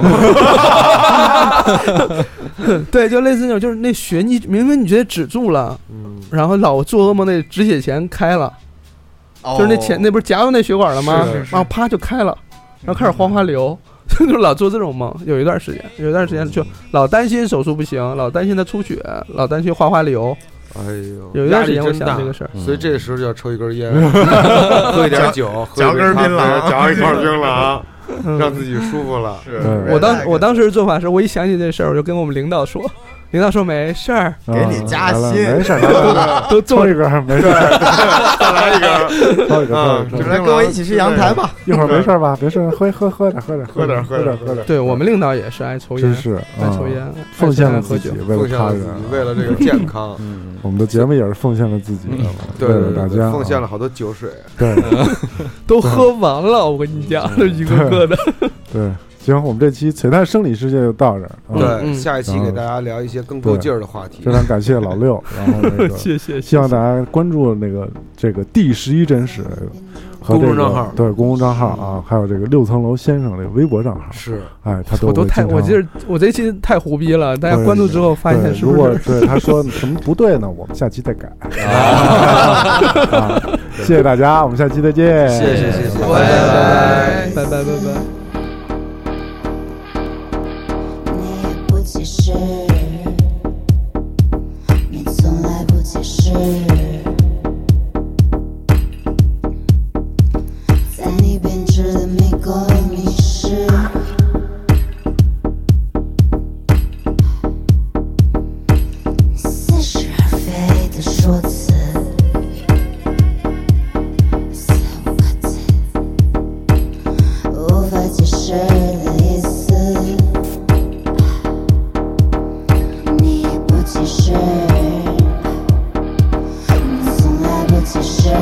对，就类似那种，就是那血你明明你觉得止住了，然后老做噩梦那止血钳开了，就是那不是夹住那血管了吗？然后啪就开了，然后开始哗哗流，就老做这种梦。有一段时间就老担心手术不行，老担心它出血，老担心哗哗流。 哎呦， 有一段时间我想这个事儿， 所以这时候就要抽一根烟，喝一点酒， 嚼根槟榔， 嚼一块槟榔，让自己舒服了。 我当时的做法是，我一想起这事儿，我就跟我们领导说。领导说没事儿， 给你加薪， 没事儿，都做一根，没事儿， 再来一根， 抽一根， 来跟我一起去阳台吧， 一会儿没事吧？别事，喝点。 对我们领导也是爱抽烟， 真是爱抽烟， 奉献了自己，为了他人， 为了这个健康。 我们的节目也是奉献了自己的，为了大家， 奉献了好多酒水， 对， 都喝完了，我跟你讲，都一个个的， 对。行，我们这期璀璨生理世界就到这儿。 对，下一期给大家聊一些更够劲儿的话题。 非常感谢老六，然后那个谢谢， 希望大家关注这个第11真史和公众账号， 对公众账号啊，还有这个6层楼先生这个微博账号。 是， 哎，他都我记得我这期太胡逼了，大家关注之后发现是不是？ 如果对他说什么不对呢，我们下期再改。谢谢大家，我们下期再见。 谢谢， 拜拜。 解释，你从来不解释，在你编织的美国迷失，似是而非的说辞，似无可解，无法解释的意思。其实，你从来不解释。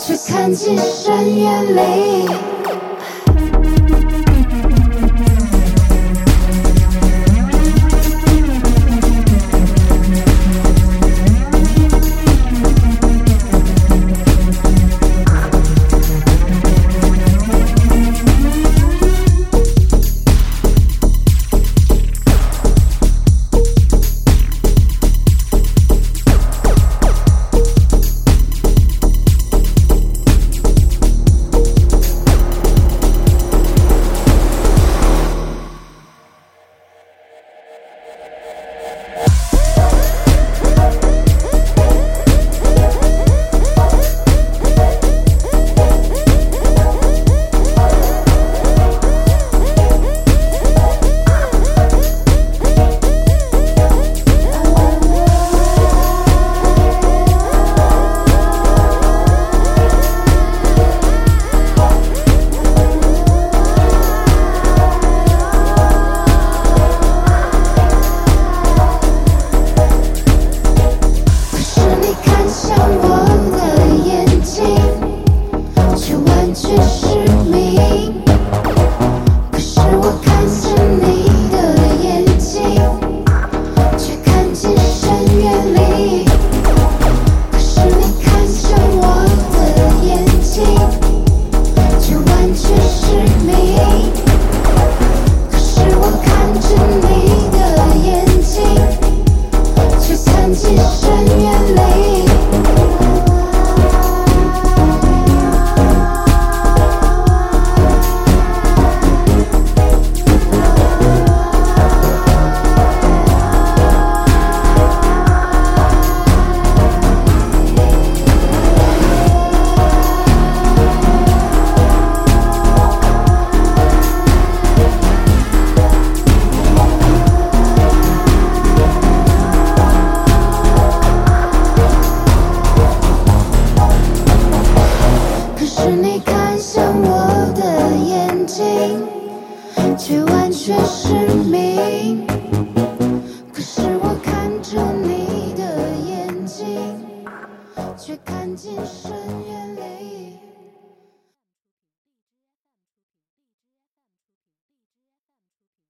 却看见深渊里。却完全失明。